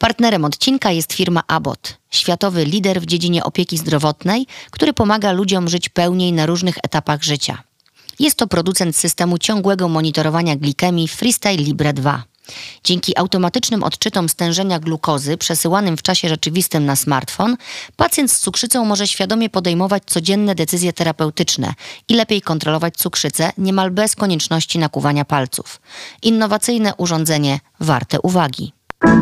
Partnerem odcinka jest firma Abbott, światowy lider w dziedzinie opieki zdrowotnej, który pomaga ludziom żyć pełniej na różnych etapach życia. Jest to producent systemu ciągłego monitorowania glikemii Freestyle Libre 2. Dzięki automatycznym odczytom stężenia glukozy przesyłanym w czasie rzeczywistym na smartfon, pacjent z cukrzycą może świadomie podejmować codzienne decyzje terapeutyczne i lepiej kontrolować cukrzycę niemal bez konieczności nakuwania palców. Innowacyjne urządzenie warte uwagi.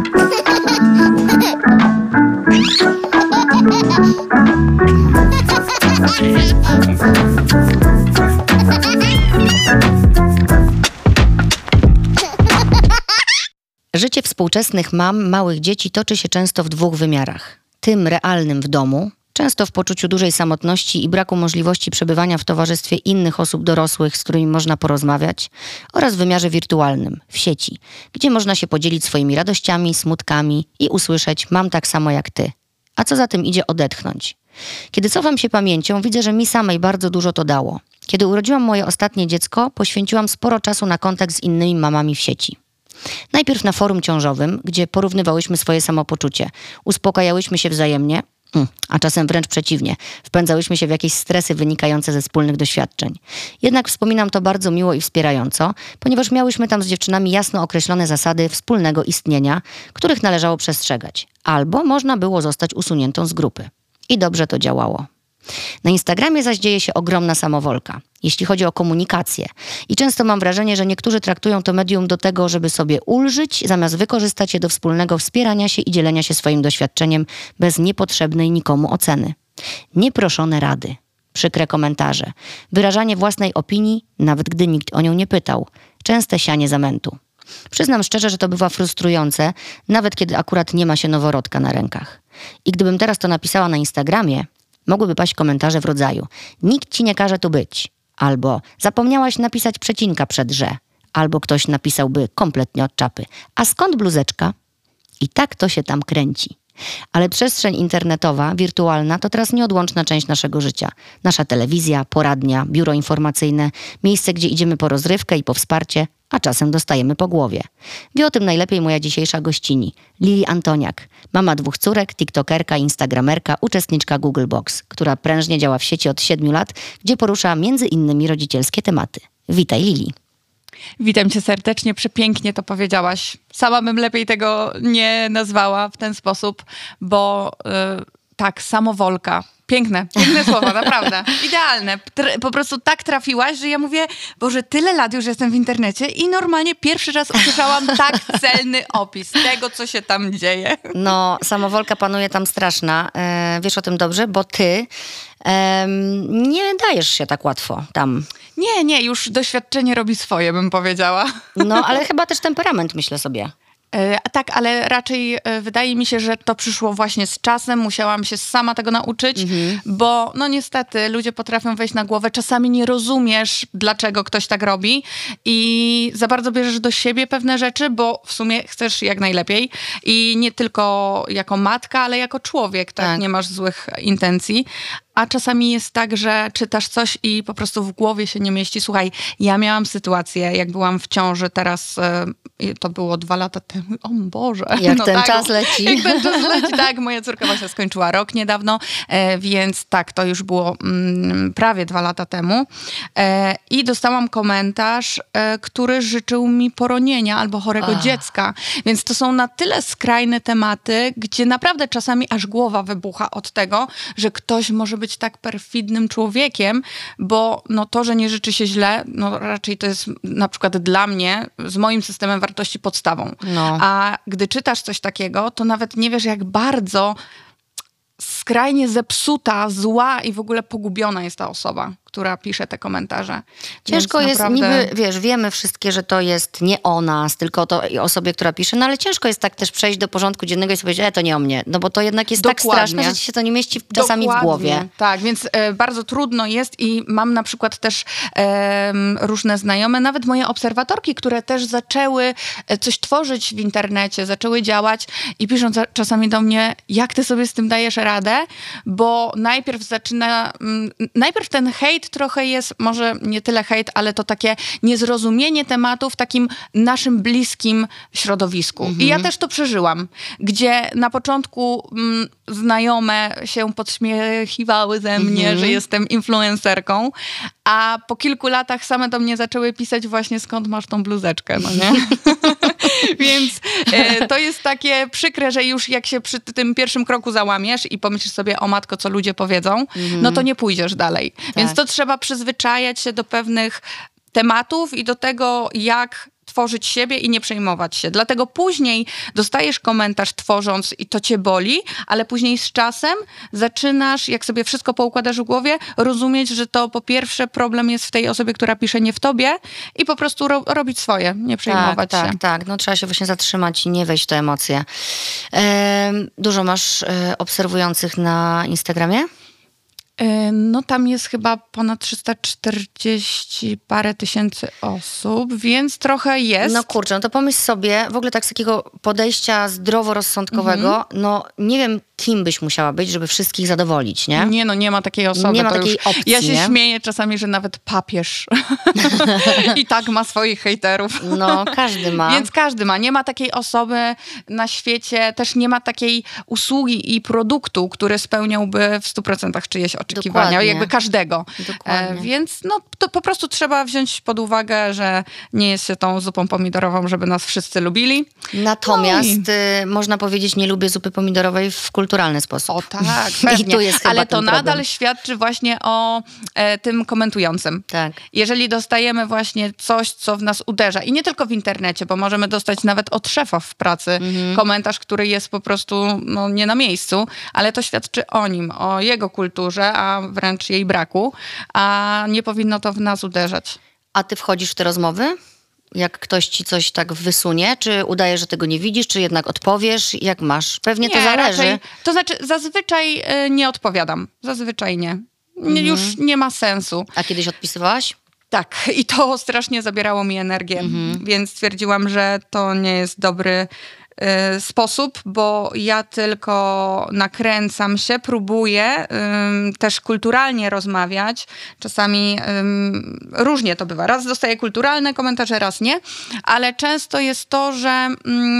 Życie współczesnych mam małych dzieci toczy się często w dwóch wymiarach. Tym realnym w domu, często w poczuciu dużej samotności i braku możliwości przebywania w towarzystwie innych osób dorosłych, z którymi można porozmawiać, oraz w wymiarze wirtualnym, w sieci, gdzie można się podzielić swoimi radościami, smutkami i usłyszeć „mam tak samo jak ty”. A co za tym idzie, odetchnąć. Kiedy cofam się pamięcią, widzę, że mi samej bardzo dużo to dało. Kiedy urodziłam moje ostatnie dziecko, poświęciłam sporo czasu na kontakt z innymi mamami w sieci. Najpierw na forum ciążowym, gdzie porównywałyśmy swoje samopoczucie, uspokajałyśmy się wzajemnie, a czasem wręcz przeciwnie, wpędzałyśmy się w jakieś stresy wynikające ze wspólnych doświadczeń. Jednak wspominam to bardzo miło i wspierająco, ponieważ miałyśmy tam z dziewczynami jasno określone zasady wspólnego istnienia, których należało przestrzegać, albo można było zostać usuniętą z grupy. I dobrze to działało. Na Instagramie zaś dzieje się ogromna samowolka, jeśli chodzi o komunikację. I często mam wrażenie, że niektórzy traktują to medium do tego, żeby sobie ulżyć, zamiast wykorzystać je do wspólnego wspierania się i dzielenia się swoim doświadczeniem bez niepotrzebnej nikomu oceny. Nieproszone rady, przykre komentarze, wyrażanie własnej opinii, nawet gdy nikt o nią nie pytał, częste sianie zamętu. Przyznam szczerze, że to bywa frustrujące, nawet kiedy akurat nie ma się noworodka na rękach. I gdybym teraz to napisała na Instagramie, mogłyby paść komentarze w rodzaju „nikt ci nie każe tu być”, albo „zapomniałaś napisać przecinka przed „że”, albo ktoś napisałby kompletnie od czapy „a skąd bluzeczka?” I tak to się tam kręci. Ale przestrzeń internetowa, wirtualna to teraz nieodłączna część naszego życia. Nasza telewizja, poradnia, biuro informacyjne, miejsce, gdzie idziemy po rozrywkę i po wsparcie, a czasem dostajemy po głowie. Wie o tym najlepiej moja dzisiejsza gościni, Lili Antoniak, mama 2 córek, tiktokerka, instagramerka, uczestniczka Google Box, która prężnie działa w sieci od 7 lat, gdzie porusza między innymi rodzicielskie tematy. Witaj, Lili. Witam cię serdecznie, przepięknie to powiedziałaś. Sama bym lepiej tego nie nazwała w ten sposób, bo tak, samowolka. Piękne słowa, naprawdę. Idealne. Po prostu tak trafiłaś, że ja mówię, Boże, tyle lat już jestem w internecie i normalnie pierwszy raz usłyszałam tak celny opis tego, co się tam dzieje. No, samowolka panuje tam straszna. Wiesz o tym dobrze, bo ty nie dajesz się tak łatwo tam. Nie, już doświadczenie robi swoje, bym powiedziała. No, ale chyba też temperament, myślę sobie. Tak, ale raczej wydaje mi się, że to przyszło właśnie z czasem. Musiałam się sama tego nauczyć, bo no niestety ludzie potrafią wejść na głowę. Czasami nie rozumiesz, dlaczego ktoś tak robi i za bardzo bierzesz do siebie pewne rzeczy, bo w sumie chcesz jak najlepiej i nie tylko jako matka, ale jako człowiek, tak? Nie masz złych intencji. A czasami jest tak, że czytasz coś i po prostu w głowie się nie mieści. Słuchaj, ja miałam sytuację, jak byłam w ciąży teraz, to było 2 lata temu. O Boże. Jak ten czas leci. Jak ten czas leci, tak. Moja córka właśnie skończyła rok niedawno, więc tak, to już było prawie 2 lata temu. I dostałam komentarz, który życzył mi poronienia albo chorego dziecka. Więc to są na tyle skrajne tematy, gdzie naprawdę czasami aż głowa wybucha od tego, że ktoś może być tak perfidnym człowiekiem, bo no to, że nie życzy się źle, no raczej to jest na przykład dla mnie, z moim systemem wartości podstawą. No. A gdy czytasz coś takiego, to nawet nie wiesz, jak bardzo skrajnie zepsuta, zła i w ogóle pogubiona jest ta osoba, która pisze te komentarze. Ciężko jest, niby, wiesz, wiemy wszystkie, że to jest nie o nas, tylko to osobie, która pisze, no ale ciężko jest tak też przejść do porządku dziennego i sobie powiedzieć, to nie o mnie, no bo to jednak jest tak straszne, że ci się to nie mieści czasami w głowie. Tak, więc bardzo trudno jest i mam na przykład też różne znajome, nawet moje obserwatorki, które też zaczęły coś tworzyć w internecie, zaczęły działać i piszą czasami do mnie, jak ty sobie z tym dajesz radę, źle, bo najpierw ten hejt trochę jest, może nie tyle hejt, ale to takie niezrozumienie tematu w takim naszym bliskim środowisku. I ja też to przeżyłam, gdzie na początku znajome się podśmiechiwały ze mnie, że jestem influencerką, a po kilku latach same do mnie zaczęły pisać właśnie skąd masz tą bluzeczkę, no nie? Więc to jest takie przykre, że już jak się przy tym pierwszym kroku załamiesz i pomyślisz sobie, o matko, co ludzie powiedzą, no to nie pójdziesz dalej. Więc to trzeba przyzwyczajać się do pewnych tematów i do tego, jak tworzyć siebie i nie przejmować się. Dlatego później dostajesz komentarz tworząc i to cię boli, ale później z czasem zaczynasz, jak sobie wszystko poukładasz w głowie, rozumieć, że to po pierwsze problem jest w tej osobie, która pisze, nie w tobie i po prostu robić swoje, nie przejmować się. Tak. No trzeba się właśnie zatrzymać i nie wejść w te emocje. Dużo masz obserwujących na Instagramie? No tam jest chyba ponad 340 parę tysięcy osób, więc trochę jest. No kurczę, no to pomyśl sobie, w ogóle tak z takiego podejścia zdroworozsądkowego, no nie wiem, kim byś musiała być, żeby wszystkich zadowolić, nie? Nie, no nie ma takiej osoby. Nie ma takiej opcji, ja się nie? śmieję czasami, że nawet papież i tak ma swoich hejterów. No, każdy ma. Więc każdy ma. Nie ma takiej osoby na świecie, też nie ma takiej usługi i produktu, który spełniałby w 100% czyjeś oczekiwania. Dokładnie. Jakby każdego. Dokładnie. Więc no, to po prostu trzeba wziąć pod uwagę, że nie jest się tą zupą pomidorową, żeby nas wszyscy lubili. Natomiast można powiedzieć, nie lubię zupy pomidorowej w kulturalny sposób. O tak, pewnie. I tu jest chyba ale to ten nadal problem. świadczy właśnie o tym komentującym. Tak. Jeżeli dostajemy właśnie coś, co w nas uderza i nie tylko w internecie, bo możemy dostać nawet od szefa w pracy komentarz, który jest po prostu no, nie na miejscu, ale to świadczy o nim, o jego kulturze, a wręcz jej braku, a nie powinno to w nas uderzać. A ty wchodzisz w te rozmowy? Jak ktoś ci coś tak wysunie? Czy udajesz, że tego nie widzisz? Czy jednak odpowiesz? Jak masz? Pewnie to zależy. Raczej, to znaczy zazwyczaj nie odpowiadam. Zazwyczaj nie. Już nie ma sensu. A kiedyś odpisywałaś? Tak, i to strasznie zabierało mi energię, więc stwierdziłam, że to nie jest dobry sposób, bo ja tylko nakręcam się, próbuję też kulturalnie rozmawiać. Czasami różnie to bywa. Raz dostaję kulturalne komentarze, raz nie, ale często jest to, że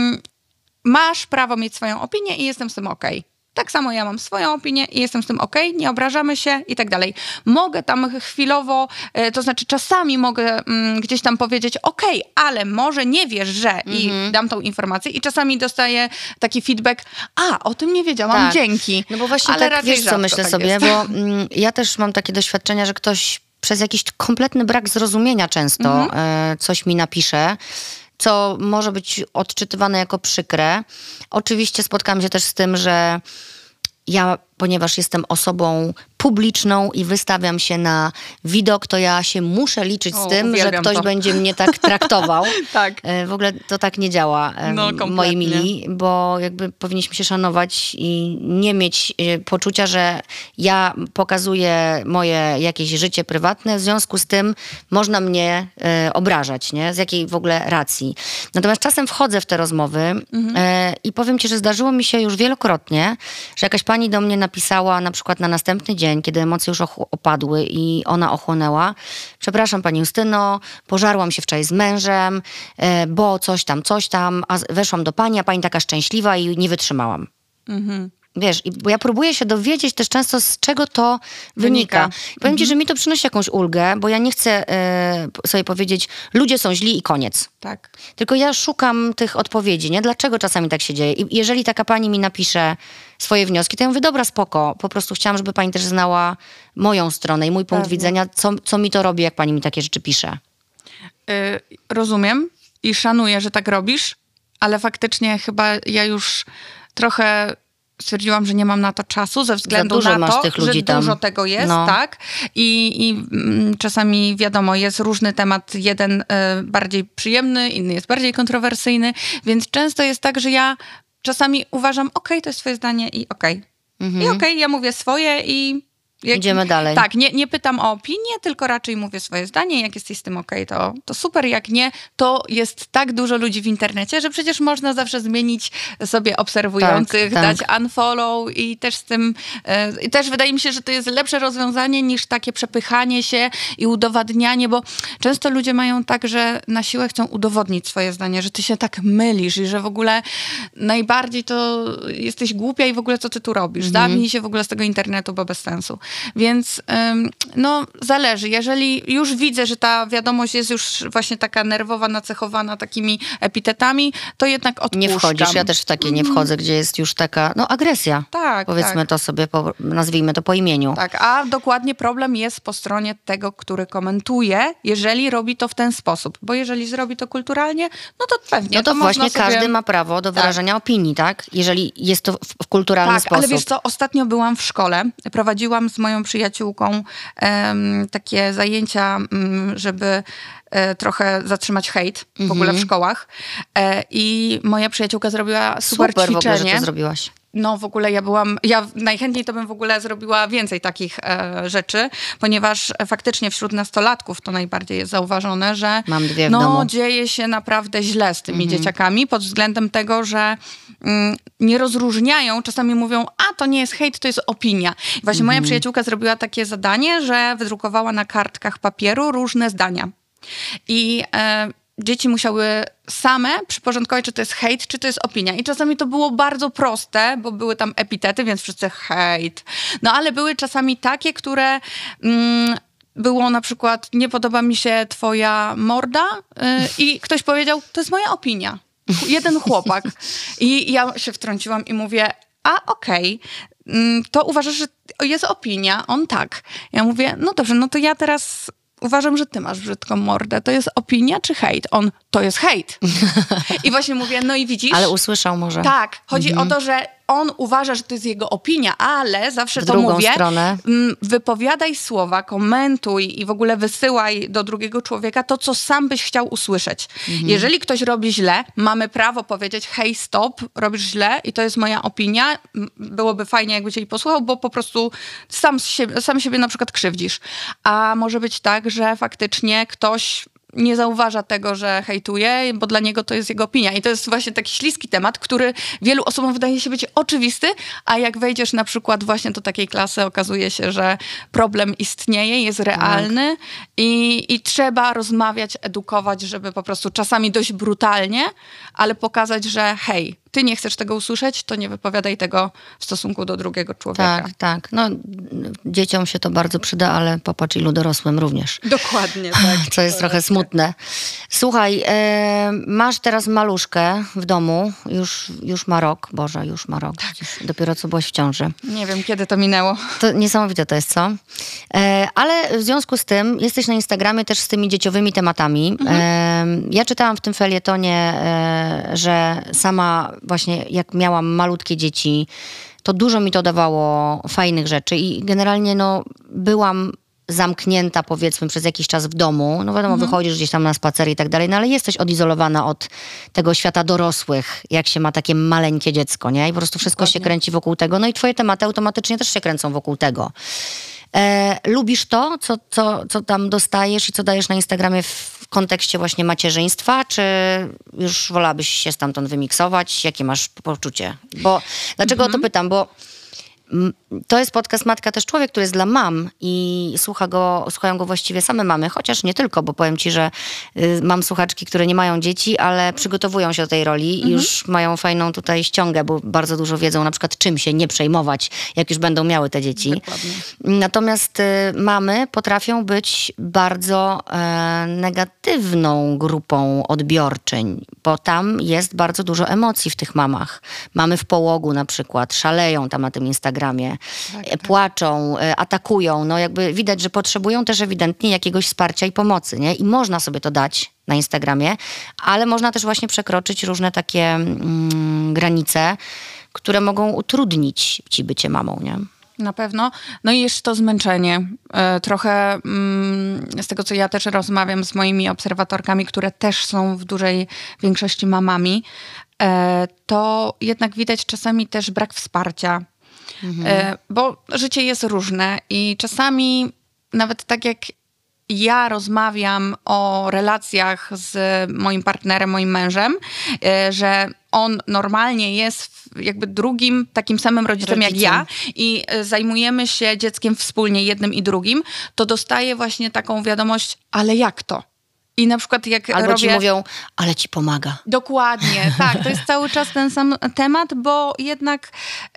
masz prawo mieć swoją opinię i jestem z tym okej. Tak samo ja mam swoją opinię i jestem z tym okej, nie obrażamy się i tak dalej. Mogę tam chwilowo, to znaczy czasami mogę gdzieś tam powiedzieć okej, ale może nie wiesz, że i dam tą informację i czasami dostaję taki feedback, o tym nie wiedziałam, Tak. dzięki. No bo właśnie ale tak, wiesz co myślę tak sobie, jest. bo ja też mam takie doświadczenia, że ktoś przez jakiś kompletny brak zrozumienia często coś mi napisze, co może być odczytywane jako przykre. Oczywiście spotkałam się też z tym, że ja, ponieważ jestem osobą publiczną i wystawiam się na widok, to ja się muszę liczyć z tym, że ktoś będzie mnie tak traktował. Tak. W ogóle to tak nie działa, moi mili, bo jakby powinniśmy się szanować i nie mieć poczucia, że ja pokazuję moje jakieś życie prywatne, w związku z tym można mnie obrażać, nie? Z jakiej w ogóle racji. Natomiast czasem wchodzę w te rozmowy i powiem ci, że zdarzyło mi się już wielokrotnie, że jakaś pani do mnie napisała na przykład na następny dzień, kiedy emocje już opadły i ona ochłonęła. Przepraszam pani Justyno, pożarłam się wczoraj z mężem, bo coś tam, a weszłam do pani, a pani taka szczęśliwa i nie wytrzymałam. Wiesz, bo ja próbuję się dowiedzieć też często, z czego to wynika. Powiem ci, że mi to przynosi jakąś ulgę, bo ja nie chcę sobie powiedzieć, ludzie są źli i koniec. Tak. Tylko ja szukam tych odpowiedzi, nie? Dlaczego czasami tak się dzieje? I jeżeli taka pani mi napisze swoje wnioski, to ja mówię, dobra, spoko. Po prostu chciałam, żeby pani też znała moją stronę i mój punkt widzenia, co mi to robi, jak pani mi takie rzeczy pisze. Rozumiem i szanuję, że tak robisz, ale faktycznie chyba ja już trochę stwierdziłam, że nie mam na to czasu ze względu na to, tych ludzi że tam. dużo tego jest, tak? I czasami wiadomo, jest różny temat, jeden bardziej przyjemny, inny jest bardziej kontrowersyjny, więc często jest tak, że ja czasami uważam, okej, to jest twoje zdanie i okej. I okej, ja mówię swoje i Idziemy dalej. Tak, nie pytam o opinię, tylko raczej mówię swoje zdanie. Jak jesteś z tym okej, to super. Jak nie, to jest tak dużo ludzi w internecie, że przecież można zawsze zmienić sobie obserwujących, Tak, dać tak. unfollow i też z tym... I też wydaje mi się, że to jest lepsze rozwiązanie niż takie przepychanie się i udowadnianie, bo często ludzie mają tak, że na siłę chcą udowodnić swoje zdanie, że ty się tak mylisz i że w ogóle najbardziej to jesteś głupia i w ogóle co ty tu robisz? Zamknij się w ogóle z tego internetu, bo bez sensu. Więc no zależy. Jeżeli już widzę, że ta wiadomość jest już właśnie taka nerwowa, nacechowana takimi epitetami, to jednak odpuszczam. Nie wchodzisz, ja też w takie nie wchodzę, gdzie jest już taka, agresja. Tak, Powiedzmy tak. to sobie, nazwijmy to po imieniu. Tak, a dokładnie problem jest po stronie tego, który komentuje, jeżeli robi to w ten sposób. Bo jeżeli zrobi to kulturalnie, no to pewnie. No to właśnie można sobie... każdy ma prawo do wyrażenia opinii, tak? Jeżeli jest to w kulturalny Tak, sposób. ale wiesz co, ostatnio byłam w szkole, prowadziłam z moją przyjaciółką takie zajęcia, żeby trochę zatrzymać hejt w ogóle w szkołach. I moja przyjaciółka zrobiła super Super w ogóle, że ćwiczenie. to zrobiłaś. No w ogóle ja najchętniej to bym w ogóle zrobiła więcej takich rzeczy, ponieważ faktycznie wśród nastolatków to najbardziej jest zauważone, że Mam dwie w domu. dzieje się naprawdę źle z tymi dzieciakami pod względem tego, że nie rozróżniają, czasami mówią, a to nie jest hejt, to jest opinia. I właśnie moja przyjaciółka zrobiła takie zadanie, że wydrukowała na kartkach papieru różne zdania. I dzieci musiały same przyporządkować, czy to jest hejt, czy to jest opinia. I czasami to było bardzo proste, bo były tam epitety, więc wszyscy hejt. No ale były czasami takie, które... było na przykład, nie podoba mi się twoja morda i ktoś powiedział, to jest moja opinia. Jeden chłopak. I ja się wtrąciłam i mówię, okej, to uważasz, że jest opinia? On tak. Ja mówię, no dobrze, no to ja teraz... Uważam, że ty masz brzydką mordę. To jest opinia czy hejt? On, to jest hejt. I właśnie mówię, no i widzisz? Ale usłyszał może. Tak, chodzi o to, że on uważa, że to jest jego opinia, ale zawsze W to drugą mówię, stronę. Wypowiadaj słowa, komentuj i w ogóle wysyłaj do drugiego człowieka to, co sam byś chciał usłyszeć. Jeżeli ktoś robi źle, mamy prawo powiedzieć, hej, stop, robisz źle i to jest moja opinia. Byłoby fajnie, jakbyś jej posłuchał, bo po prostu sam siebie na przykład krzywdzisz. A może być tak, że faktycznie ktoś nie zauważa tego, że hejtuje, bo dla niego to jest jego opinia. I to jest właśnie taki śliski temat, który wielu osobom wydaje się być oczywisty, a jak wejdziesz na przykład właśnie do takiej klasy, okazuje się, że problem istnieje, jest realny i trzeba rozmawiać, edukować, żeby po prostu czasami dość brutalnie, ale pokazać, że hej, ty nie chcesz tego usłyszeć, to nie wypowiadaj tego w stosunku do drugiego człowieka. Tak, tak. No, dzieciom się to bardzo przyda, ale popatrz, ilu dorosłym również. Dokładnie, tak. Co jest trochę smutne. Słuchaj, masz teraz maluszkę w domu, już ma rok. Boże, już ma rok. Dopiero co byłaś w ciąży. Nie wiem, kiedy to minęło. To niesamowite to jest, co? Ale w związku z tym jesteś na Instagramie też z tymi dzieciowymi tematami. Ja czytałam w tym felietonie, że sama właśnie jak miałam malutkie dzieci, to dużo mi to dawało fajnych rzeczy i generalnie byłam zamknięta, powiedzmy, przez jakiś czas w domu. No wiadomo, wychodzisz gdzieś tam na spacery i tak dalej, no ale jesteś odizolowana od tego świata dorosłych, jak się ma takie maleńkie dziecko, nie? I po prostu wszystko się kręci wokół tego. No i twoje tematy automatycznie też się kręcą wokół tego. Lubisz to, co tam dostajesz i co dajesz na Instagramie w kontekście właśnie macierzyństwa, czy już wolałabyś się stamtąd wymiksować? Jakie masz poczucie? Dlaczego o to pytam? Bo to jest podcast Matka też człowiek, który jest dla mam i słuchają go właściwie same mamy, chociaż nie tylko, bo powiem ci, że mam słuchaczki, które nie mają dzieci, ale przygotowują się do tej roli i już mają fajną tutaj ściągę, bo bardzo dużo wiedzą na przykład czym się nie przejmować, jak już będą miały te dzieci. Dokładnie. Natomiast mamy potrafią być bardzo negatywną grupą odbiorczyń, bo tam jest bardzo dużo emocji w tych mamach. Mamy w połogu na przykład, szaleją tam na tym Instagramie, płaczą, atakują, no jakby widać, że potrzebują też ewidentnie jakiegoś wsparcia i pomocy, nie? I można sobie to dać na Instagramie, ale można też właśnie przekroczyć różne takie granice, które mogą utrudnić ci bycie mamą, nie? Na pewno. No i jeszcze to zmęczenie. Trochę z tego, co ja też rozmawiam z moimi obserwatorkami, które też są w dużej większości mamami, to jednak widać czasami też brak wsparcia. bo życie jest różne i czasami nawet tak jak ja rozmawiam o relacjach z moim partnerem, moim mężem, że on normalnie jest jakby drugim takim samym rodzicem jak ja i zajmujemy się dzieckiem wspólnie, jednym i drugim, to dostaję właśnie taką wiadomość, ale jak to? I na przykład jak Albo robię... ci mówią, ale ci pomaga. Dokładnie, tak. To jest cały czas ten sam temat, bo jednak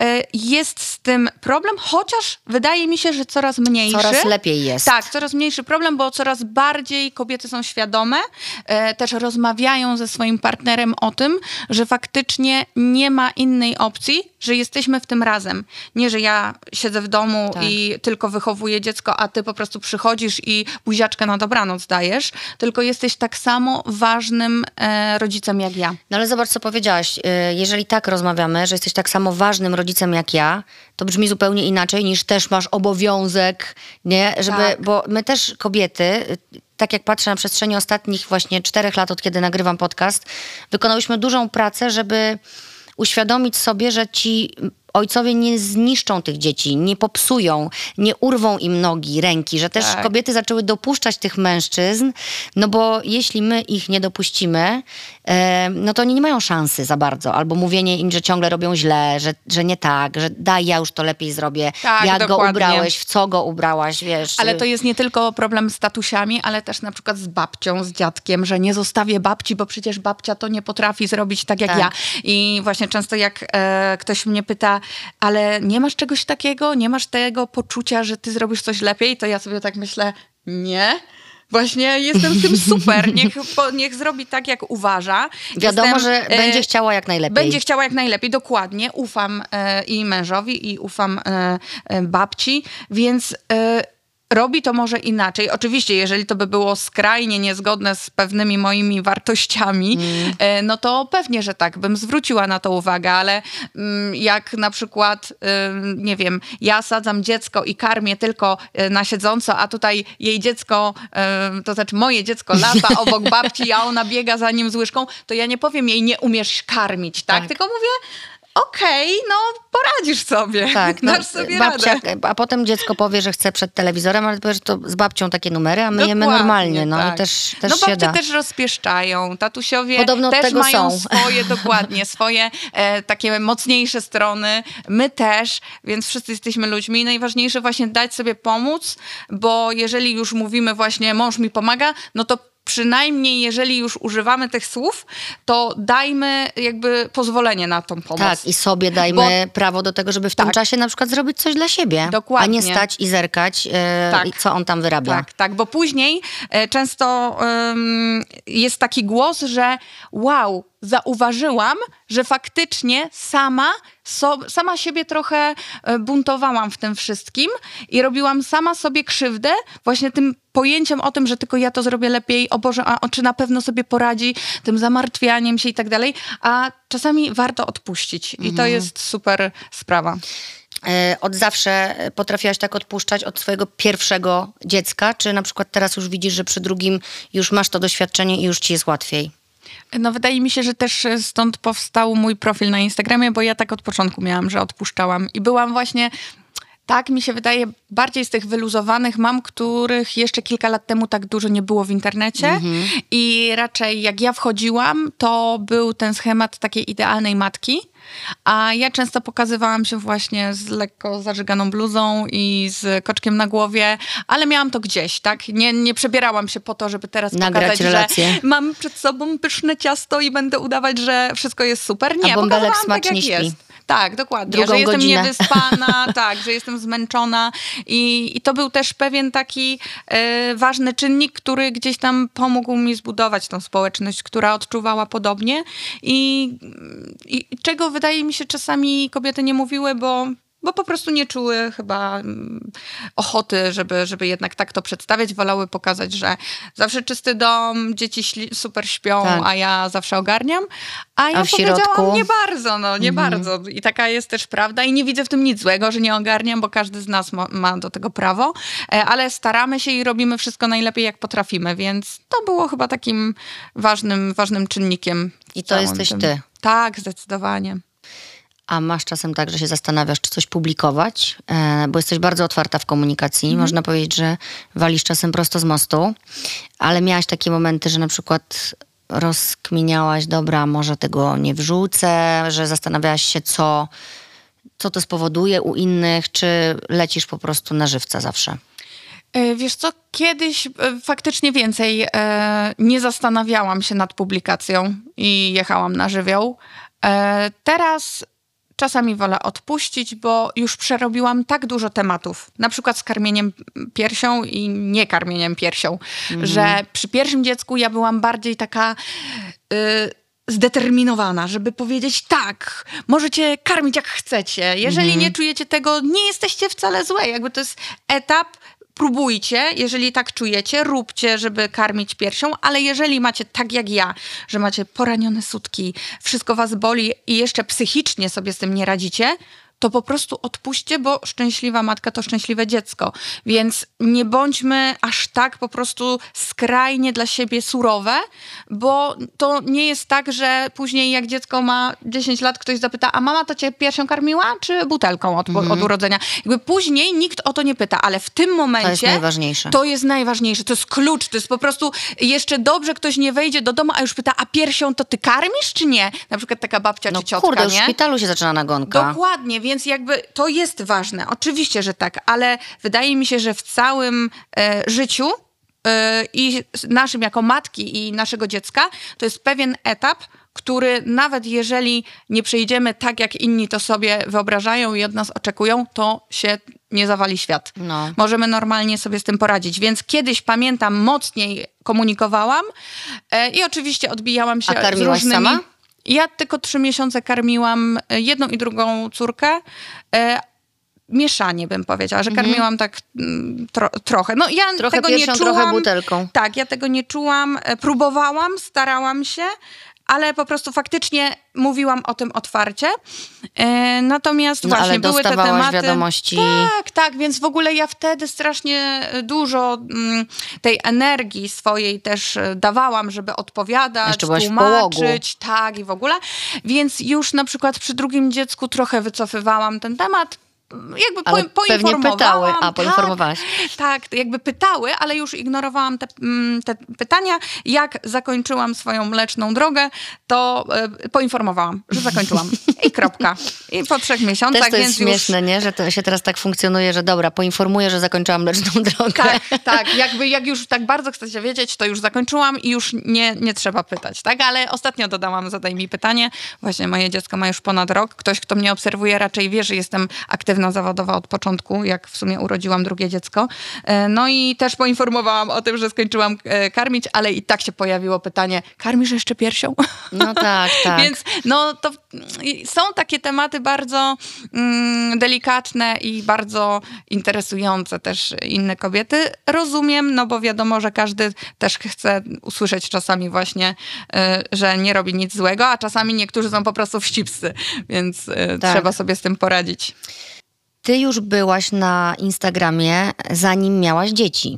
jest z tym problem, chociaż wydaje mi się, że coraz mniejszy. Coraz lepiej jest. Tak, coraz mniejszy problem, bo coraz bardziej kobiety są świadome, też rozmawiają ze swoim partnerem o tym, że faktycznie nie ma innej opcji, że jesteśmy w tym razem. Nie, że ja siedzę w domu i tylko wychowuję dziecko, a ty po prostu przychodzisz i buziaczkę na dobranoc dajesz, tylko jesteś tak samo ważnym rodzicem jak ja. No ale zobacz, co powiedziałaś. Jeżeli tak rozmawiamy, że jesteś tak samo ważnym rodzicem jak ja, to brzmi zupełnie inaczej niż też masz obowiązek, nie? Bo my też kobiety, tak jak patrzę na przestrzeni ostatnich właśnie 4 lat, od kiedy nagrywam podcast, wykonałyśmy dużą pracę, żeby uświadomić sobie, że ci ojcowie nie zniszczą tych dzieci, nie popsują, nie urwą im nogi, ręki, że też kobiety zaczęły dopuszczać tych mężczyzn, no bo jeśli my ich nie dopuścimy, no to oni nie mają szansy za bardzo. Albo mówienie im, że ciągle robią źle, że nie tak, że daj, ja już to lepiej zrobię. Tak, jak dokładnie. go ubrałeś, w co go ubrałaś, wiesz. Ale to jest nie tylko problem z tatusiami, ale też na przykład z babcią, z dziadkiem, że nie zostawię babci, bo przecież babcia to nie potrafi zrobić tak jak ja. I właśnie często jak ktoś mnie pyta, ale nie masz czegoś takiego? Nie masz tego poczucia, że ty zrobisz coś lepiej? To ja sobie tak myślę, nie. Właśnie jestem w tym super. Niech zrobi tak, jak uważa. Wiadomo, że będzie chciała jak najlepiej. Będzie chciała jak najlepiej, dokładnie. Ufam i mężowi, i ufam babci, więc... robi to może inaczej. Oczywiście, jeżeli to by było skrajnie niezgodne z pewnymi moimi wartościami, no to pewnie, że tak, bym zwróciła na to uwagę, ale jak na przykład, nie wiem, ja sadzam dziecko i karmię tylko na siedząco, a tutaj jej dziecko, to znaczy moje dziecko lata obok babci, a ona biega za nim z łyżką, to ja nie powiem jej, nie umiesz karmić, tak? Tylko mówię, okej, no poradzisz sobie, dasz sobie babcia, radę. a potem dziecko powie, że chce przed telewizorem, ale powie, że to z babcią takie numery, a my jemy normalnie, no i też no się da. babcie też rozpieszczają, tatusiowie Podobno od też tego mają są. swoje, dokładnie, swoje takie mocniejsze strony, my też, więc wszyscy jesteśmy ludźmi. Najważniejsze właśnie dać sobie pomóc, bo jeżeli już mówimy właśnie mąż mi pomaga, no to przynajmniej jeżeli już używamy tych słów, to dajmy jakby pozwolenie na tą pomoc. Tak, i sobie dajmy prawo do tego, żeby w tym czasie na przykład zrobić coś dla siebie. Dokładnie. A nie stać i zerkać, co on tam wyrabia. Tak, bo później często jest taki głos, że wow, zauważyłam, że faktycznie sama siebie trochę buntowałam w tym wszystkim i robiłam sama sobie krzywdę właśnie tym pojęciem o tym, że tylko ja to zrobię lepiej, o Boże, a czy na pewno sobie poradzi, tym zamartwianiem się i tak dalej, a czasami warto odpuścić i to jest super sprawa. Od zawsze potrafiłaś tak odpuszczać od swojego pierwszego dziecka, czy na przykład teraz już widzisz, że przy drugim już masz to doświadczenie i już ci jest łatwiej? No wydaje mi się, że też stąd powstał mój profil na Instagramie, bo ja tak od początku miałam, że odpuszczałam i byłam właśnie... Tak, mi się wydaje, bardziej z tych wyluzowanych mam, których jeszcze kilka lat temu tak dużo nie było w internecie i raczej jak ja wchodziłam, to był ten schemat takiej idealnej matki, a ja często pokazywałam się właśnie z lekko zażyganą bluzą i z koczkiem na głowie, ale miałam to gdzieś, tak? Nie przebierałam się po to, żeby teraz pokazać, relacje. że mam przed sobą pyszne ciasto i będę udawać, że wszystko jest super. Nie, a bąbelek pokazywałam tak, jak śpi. jest. Tak, dokładnie. Drugą że jestem godzinę. niewyspana, tak, że jestem zmęczona i to był też pewien taki ważny czynnik, który gdzieś tam pomógł mi zbudować tą społeczność, która odczuwała podobnie i czego wydaje mi się czasami kobiety nie mówiły, bo po prostu nie czuły chyba ochoty, żeby jednak tak to przedstawiać. Wolały pokazać, że zawsze czysty dom, dzieci super śpią, a ja zawsze ogarniam. A ja powiedziałam, nie bardzo, nie bardzo. I taka jest też prawda i nie widzę w tym nic złego, że nie ogarniam, bo każdy z nas ma do tego prawo, ale staramy się i robimy wszystko najlepiej, jak potrafimy, więc to było chyba takim ważnym czynnikiem. I to jesteś ty. Tak, zdecydowanie. A masz czasem tak, że się zastanawiasz, czy coś publikować, bo jesteś bardzo otwarta w komunikacji. Można powiedzieć, że walisz czasem prosto z mostu, ale miałaś takie momenty, że na przykład rozkminiałaś, dobra, może tego nie wrzucę, że zastanawiałaś się, co to spowoduje u innych, czy lecisz po prostu na żywca zawsze? Wiesz co, kiedyś faktycznie więcej nie zastanawiałam się nad publikacją i jechałam na żywioł. Teraz czasami wolę odpuścić, bo już przerobiłam tak dużo tematów, na przykład z karmieniem piersią i nie karmieniem piersią, że przy pierwszym dziecku ja byłam bardziej taka zdeterminowana, żeby powiedzieć tak, możecie karmić jak chcecie. Jeżeli nie czujecie tego, nie jesteście wcale złe. Jakby to jest etap. Próbujcie, jeżeli tak czujecie, róbcie, żeby karmić piersią, ale jeżeli macie tak jak ja, że macie poranione sutki, wszystko was boli i jeszcze psychicznie sobie z tym nie radzicie, to po prostu odpuśćcie, bo szczęśliwa matka to szczęśliwe dziecko. Więc nie bądźmy aż tak po prostu skrajnie dla siebie surowe, bo to nie jest tak, że później jak dziecko ma 10 lat, ktoś zapyta, a mama to cię piersią karmiła, czy butelką od urodzenia? Jakby później nikt o to nie pyta, ale w tym momencie... To jest najważniejsze. To jest najważniejsze, to jest klucz, to jest po prostu jeszcze dobrze ktoś nie wejdzie do domu, a już pyta, a piersią to ty karmisz, czy nie? Na przykład taka babcia czy ciotka, kurde, już nie? w szpitalu się zaczyna nagonka. Dokładnie, więc jakby to jest ważne. Oczywiście, że tak, ale wydaje mi się, że w całym życiu i naszym jako matki i naszego dziecka to jest pewien etap, który nawet jeżeli nie przejdziemy tak, jak inni to sobie wyobrażają i od nas oczekują, to się nie zawali świat. No. Możemy normalnie sobie z tym poradzić. Więc kiedyś, pamiętam, mocniej komunikowałam i oczywiście odbijałam się A karmiłaś z różnymi... sama? Ja tylko 3 miesiące karmiłam jedną i drugą córkę. Mieszanie bym powiedziała, że karmiłam tak trochę. No ja Trochę tego piersią, nie czułam. trochę butelką. Tak, ja tego nie czułam. Próbowałam, starałam się, ale po prostu faktycznie mówiłam o tym otwarcie. Natomiast właśnie ale były te dostawałaś tematy... wiadomości. Tak, więc w ogóle ja wtedy strasznie dużo tej energii swojej też dawałam, żeby odpowiadać, Jeszcze byłaś w połogu. tłumaczyć, tak i w ogóle. Więc już na przykład przy drugim dziecku trochę wycofywałam ten temat. Jakby Ale pewnie pytały. A, poinformowałaś. Tak, jakby pytały, ale już ignorowałam te pytania. Jak zakończyłam swoją mleczną drogę, to poinformowałam, że zakończyłam. I kropka. I po 3 miesiącach, Też to jest więc śmieszne, już... nie? Że to się teraz tak funkcjonuje, że dobra, poinformuję, że zakończyłam mleczną drogę. Tak. Jak już tak bardzo chcecie wiedzieć, to już zakończyłam i już nie trzeba pytać, tak? Ale ostatnio dodałam, zadaj mi pytanie. Właśnie moje dziecko ma już ponad rok. Ktoś, kto mnie obserwuje, raczej wie, że jestem aktywna zawodowa od początku, jak w sumie urodziłam drugie dziecko. No i też poinformowałam o tym, że skończyłam karmić, ale i tak się pojawiło pytanie, karmisz jeszcze piersią? No tak. Więc no to są takie tematy bardzo delikatne i bardzo interesujące też inne kobiety. Rozumiem, no bo wiadomo, że każdy też chce usłyszeć czasami właśnie, że nie robi nic złego, a czasami niektórzy są po prostu wścibscy, więc trzeba sobie z tym poradzić. Ty już byłaś na Instagramie, zanim miałaś dzieci.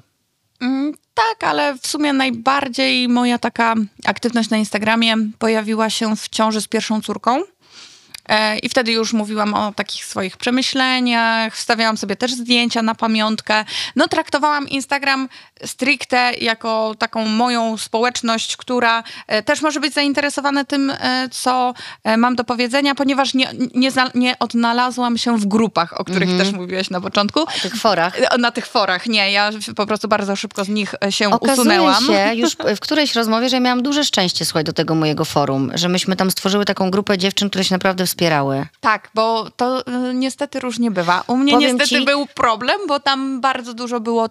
Tak, ale w sumie najbardziej moja taka aktywność na Instagramie pojawiła się w ciąży z pierwszą córką. I wtedy już mówiłam o takich swoich przemyśleniach, wstawiałam sobie też zdjęcia na pamiątkę. No traktowałam Instagram stricte jako taką moją społeczność, która też może być zainteresowana tym, co mam do powiedzenia, ponieważ nie odnalazłam się w grupach, o których też mówiłaś na początku. Na tych forach. Na tych forach, nie. Ja po prostu bardzo szybko z nich się usunęłam. usunęłam. Się już w którejś rozmowie, że ja miałam duże szczęście, słuchaj, do tego mojego forum, że myśmy tam stworzyły taką grupę dziewczyn, które się naprawdę wspierały. Tak, bo to niestety różnie bywa. U mnie Powiem niestety był problem, bo tam bardzo dużo było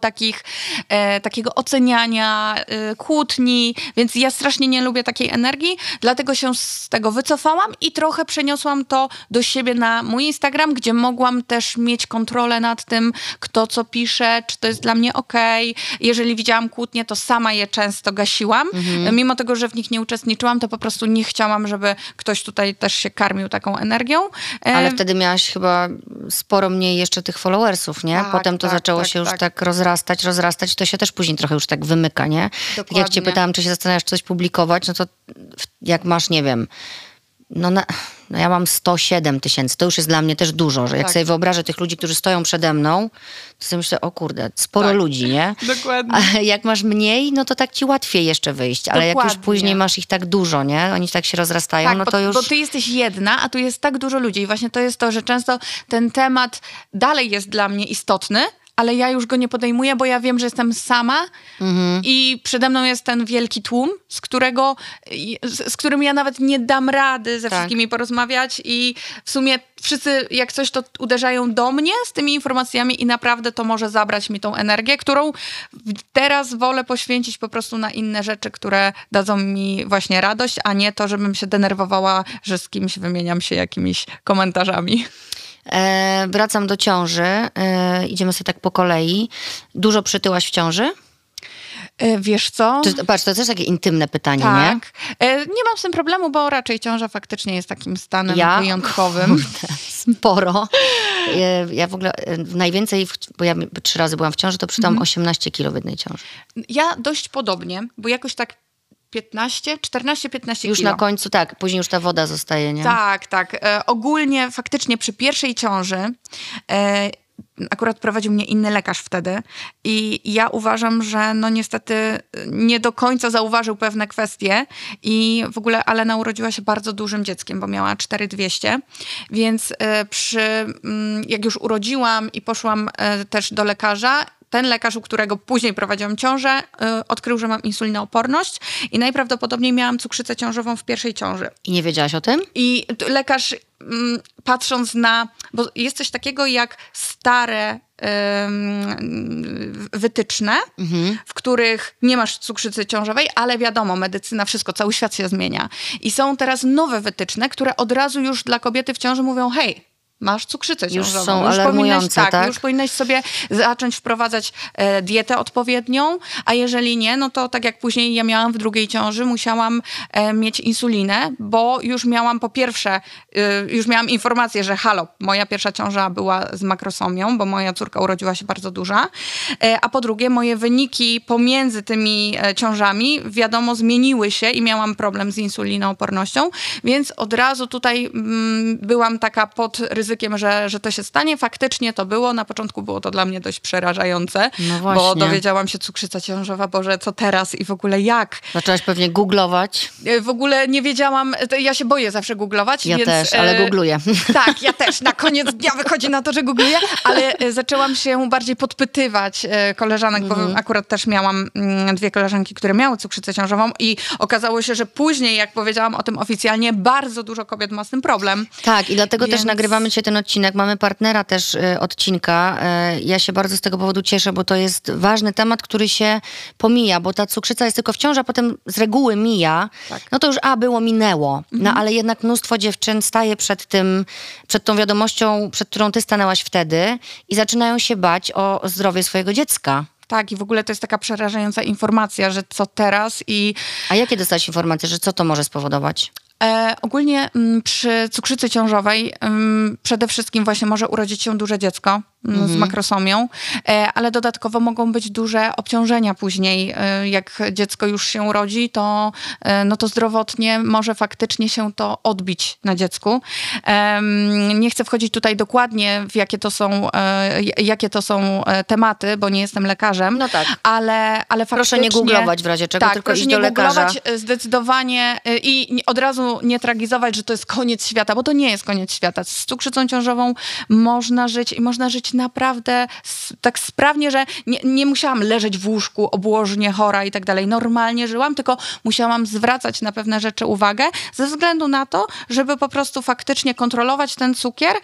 takiego oceniania, kłótni, więc ja strasznie nie lubię takiej energii, dlatego się z tego wycofałam i trochę przeniosłam to do siebie na mój Instagram, gdzie mogłam też mieć kontrolę nad tym, kto co pisze, czy to jest dla mnie okej. Jeżeli widziałam kłótnie, to sama je często gasiłam. Mimo tego, że w nich nie uczestniczyłam, to po prostu nie chciałam, żeby ktoś tutaj też się karmił taką energią. Ale wtedy miałaś chyba sporo mniej jeszcze tych followersów, nie? Tak, Potem to zaczęło się już tak rozrastać, to się też później trochę już tak wymyka, nie? Tak jak cię pytałam, czy się zastanawiasz, coś publikować, no to jak masz, nie wiem, No ja mam 107 000. To już jest dla mnie też dużo, że jak sobie wyobrażę tych ludzi, którzy stoją przede mną, to sobie myślę, o kurde, sporo ludzi, nie? Dokładnie. A jak masz mniej, no to tak ci łatwiej jeszcze wyjść. Ale jak już później masz ich tak dużo, nie? Oni tak się rozrastają, Tak, no to już... bo ty jesteś jedna, a tu jest tak dużo ludzi. I właśnie to jest to, że często ten temat dalej jest dla mnie istotny, ale ja już go nie podejmuję, bo ja wiem, że jestem sama i przede mną jest ten wielki tłum, z którym ja nawet nie dam rady ze wszystkimi porozmawiać i w sumie wszyscy jak coś to uderzają do mnie z tymi informacjami i naprawdę to może zabrać mi tą energię, którą teraz wolę poświęcić po prostu na inne rzeczy, które dadzą mi właśnie radość, a nie to, żebym się denerwowała, że z kimś wymieniam się jakimiś komentarzami. Wracam do ciąży. Idziemy sobie tak po kolei. Dużo przytyłaś w ciąży? Wiesz co? Patrz, to też takie intymne pytanie, tak. nie? Nie mam z tym problemu, bo raczej ciąża faktycznie jest takim stanem wyjątkowym. Sporo. Ja w ogóle najwięcej, bo ja 3 razy byłam w ciąży, to przytam 18 kilo w jednej ciąży. Ja dość podobnie, bo jakoś tak 14-15 kilo. Już na końcu, tak. Później już ta woda zostaje, nie? Tak. Ogólnie faktycznie przy pierwszej ciąży akurat prowadził mnie inny lekarz wtedy i ja uważam, że no niestety nie do końca zauważył pewne kwestie i w ogóle Alena urodziła się bardzo dużym dzieckiem, bo miała 4200, więc jak już urodziłam i poszłam też do lekarza, ten lekarz, u którego później prowadziłam ciążę, odkrył, że mam insulinooporność i najprawdopodobniej miałam cukrzycę ciążową w pierwszej ciąży. I nie wiedziałaś o tym? I lekarz patrząc bo jest coś takiego jak stare wytyczne, w których nie masz cukrzycy ciążowej, ale wiadomo, medycyna, wszystko, cały świat się zmienia. I są teraz nowe wytyczne, które od razu już dla kobiety w ciąży mówią, hej, masz cukrzycę ciążową. Już są alarmujące, tak? Już powinnaś sobie zacząć wprowadzać dietę odpowiednią, a jeżeli nie, no to tak jak później ja miałam w drugiej ciąży, musiałam mieć insulinę, bo już miałam po pierwsze, już miałam informację, że halo, moja pierwsza ciąża była z makrosomią, bo moja córka urodziła się bardzo duża, a po drugie moje wyniki pomiędzy tymi ciążami, wiadomo, zmieniły się i miałam problem z insulinoopornością, więc od razu tutaj byłam taka pod ryzykiem, że to się stanie. Faktycznie to było. Na początku było to dla mnie dość przerażające, bo dowiedziałam się cukrzyca ciążowa, Boże, co teraz i w ogóle jak? Zaczęłaś pewnie googlować. W ogóle nie wiedziałam, ja się boję zawsze googlować. Ja więc, też, ale googluję. Tak, ja też. Na koniec dnia wychodzi na to, że googluję, ale zaczęłam się bardziej podpytywać koleżanek, bo akurat też miałam 2 koleżanki, które miały cukrzycę ciążową i okazało się, że później, jak powiedziałam o tym oficjalnie, bardzo dużo kobiet ma z tym problem. Tak, i dlatego też nagrywamy dzisiaj ten odcinek. Mamy partnera też odcinka. Ja się bardzo z tego powodu cieszę, bo to jest ważny temat, który się pomija, bo ta cukrzyca jest tylko w ciąży, a potem z reguły mija. Tak. No to już minęło. No ale jednak mnóstwo dziewczyn staje przed tą wiadomością, przed którą ty stanęłaś wtedy i zaczynają się bać o zdrowie swojego dziecka. Tak, i w ogóle to jest taka przerażająca informacja, że co teraz i... A jakie dostałaś informacje, że co to może spowodować? Ogólnie przy cukrzycy ciążowej przede wszystkim właśnie może urodzić się duże dziecko z makrosomią, ale dodatkowo mogą być duże obciążenia później. Jak dziecko już się urodzi, to zdrowotnie może faktycznie się to odbić na dziecku. Nie chcę wchodzić tutaj dokładnie w jakie to są tematy, bo nie jestem lekarzem. No tak. Ale faktycznie... Proszę nie googlować w razie czego, tylko iść do lekarza. Proszę nie googlować zdecydowanie i od razu nie tragizować, że to jest koniec świata, bo to nie jest koniec świata. Z cukrzycą ciążową można żyć i można żyć naprawdę tak sprawnie, że nie musiałam leżeć w łóżku obłożnie chora i tak dalej. Normalnie żyłam, tylko musiałam zwracać na pewne rzeczy uwagę ze względu na to, żeby po prostu faktycznie kontrolować ten cukier,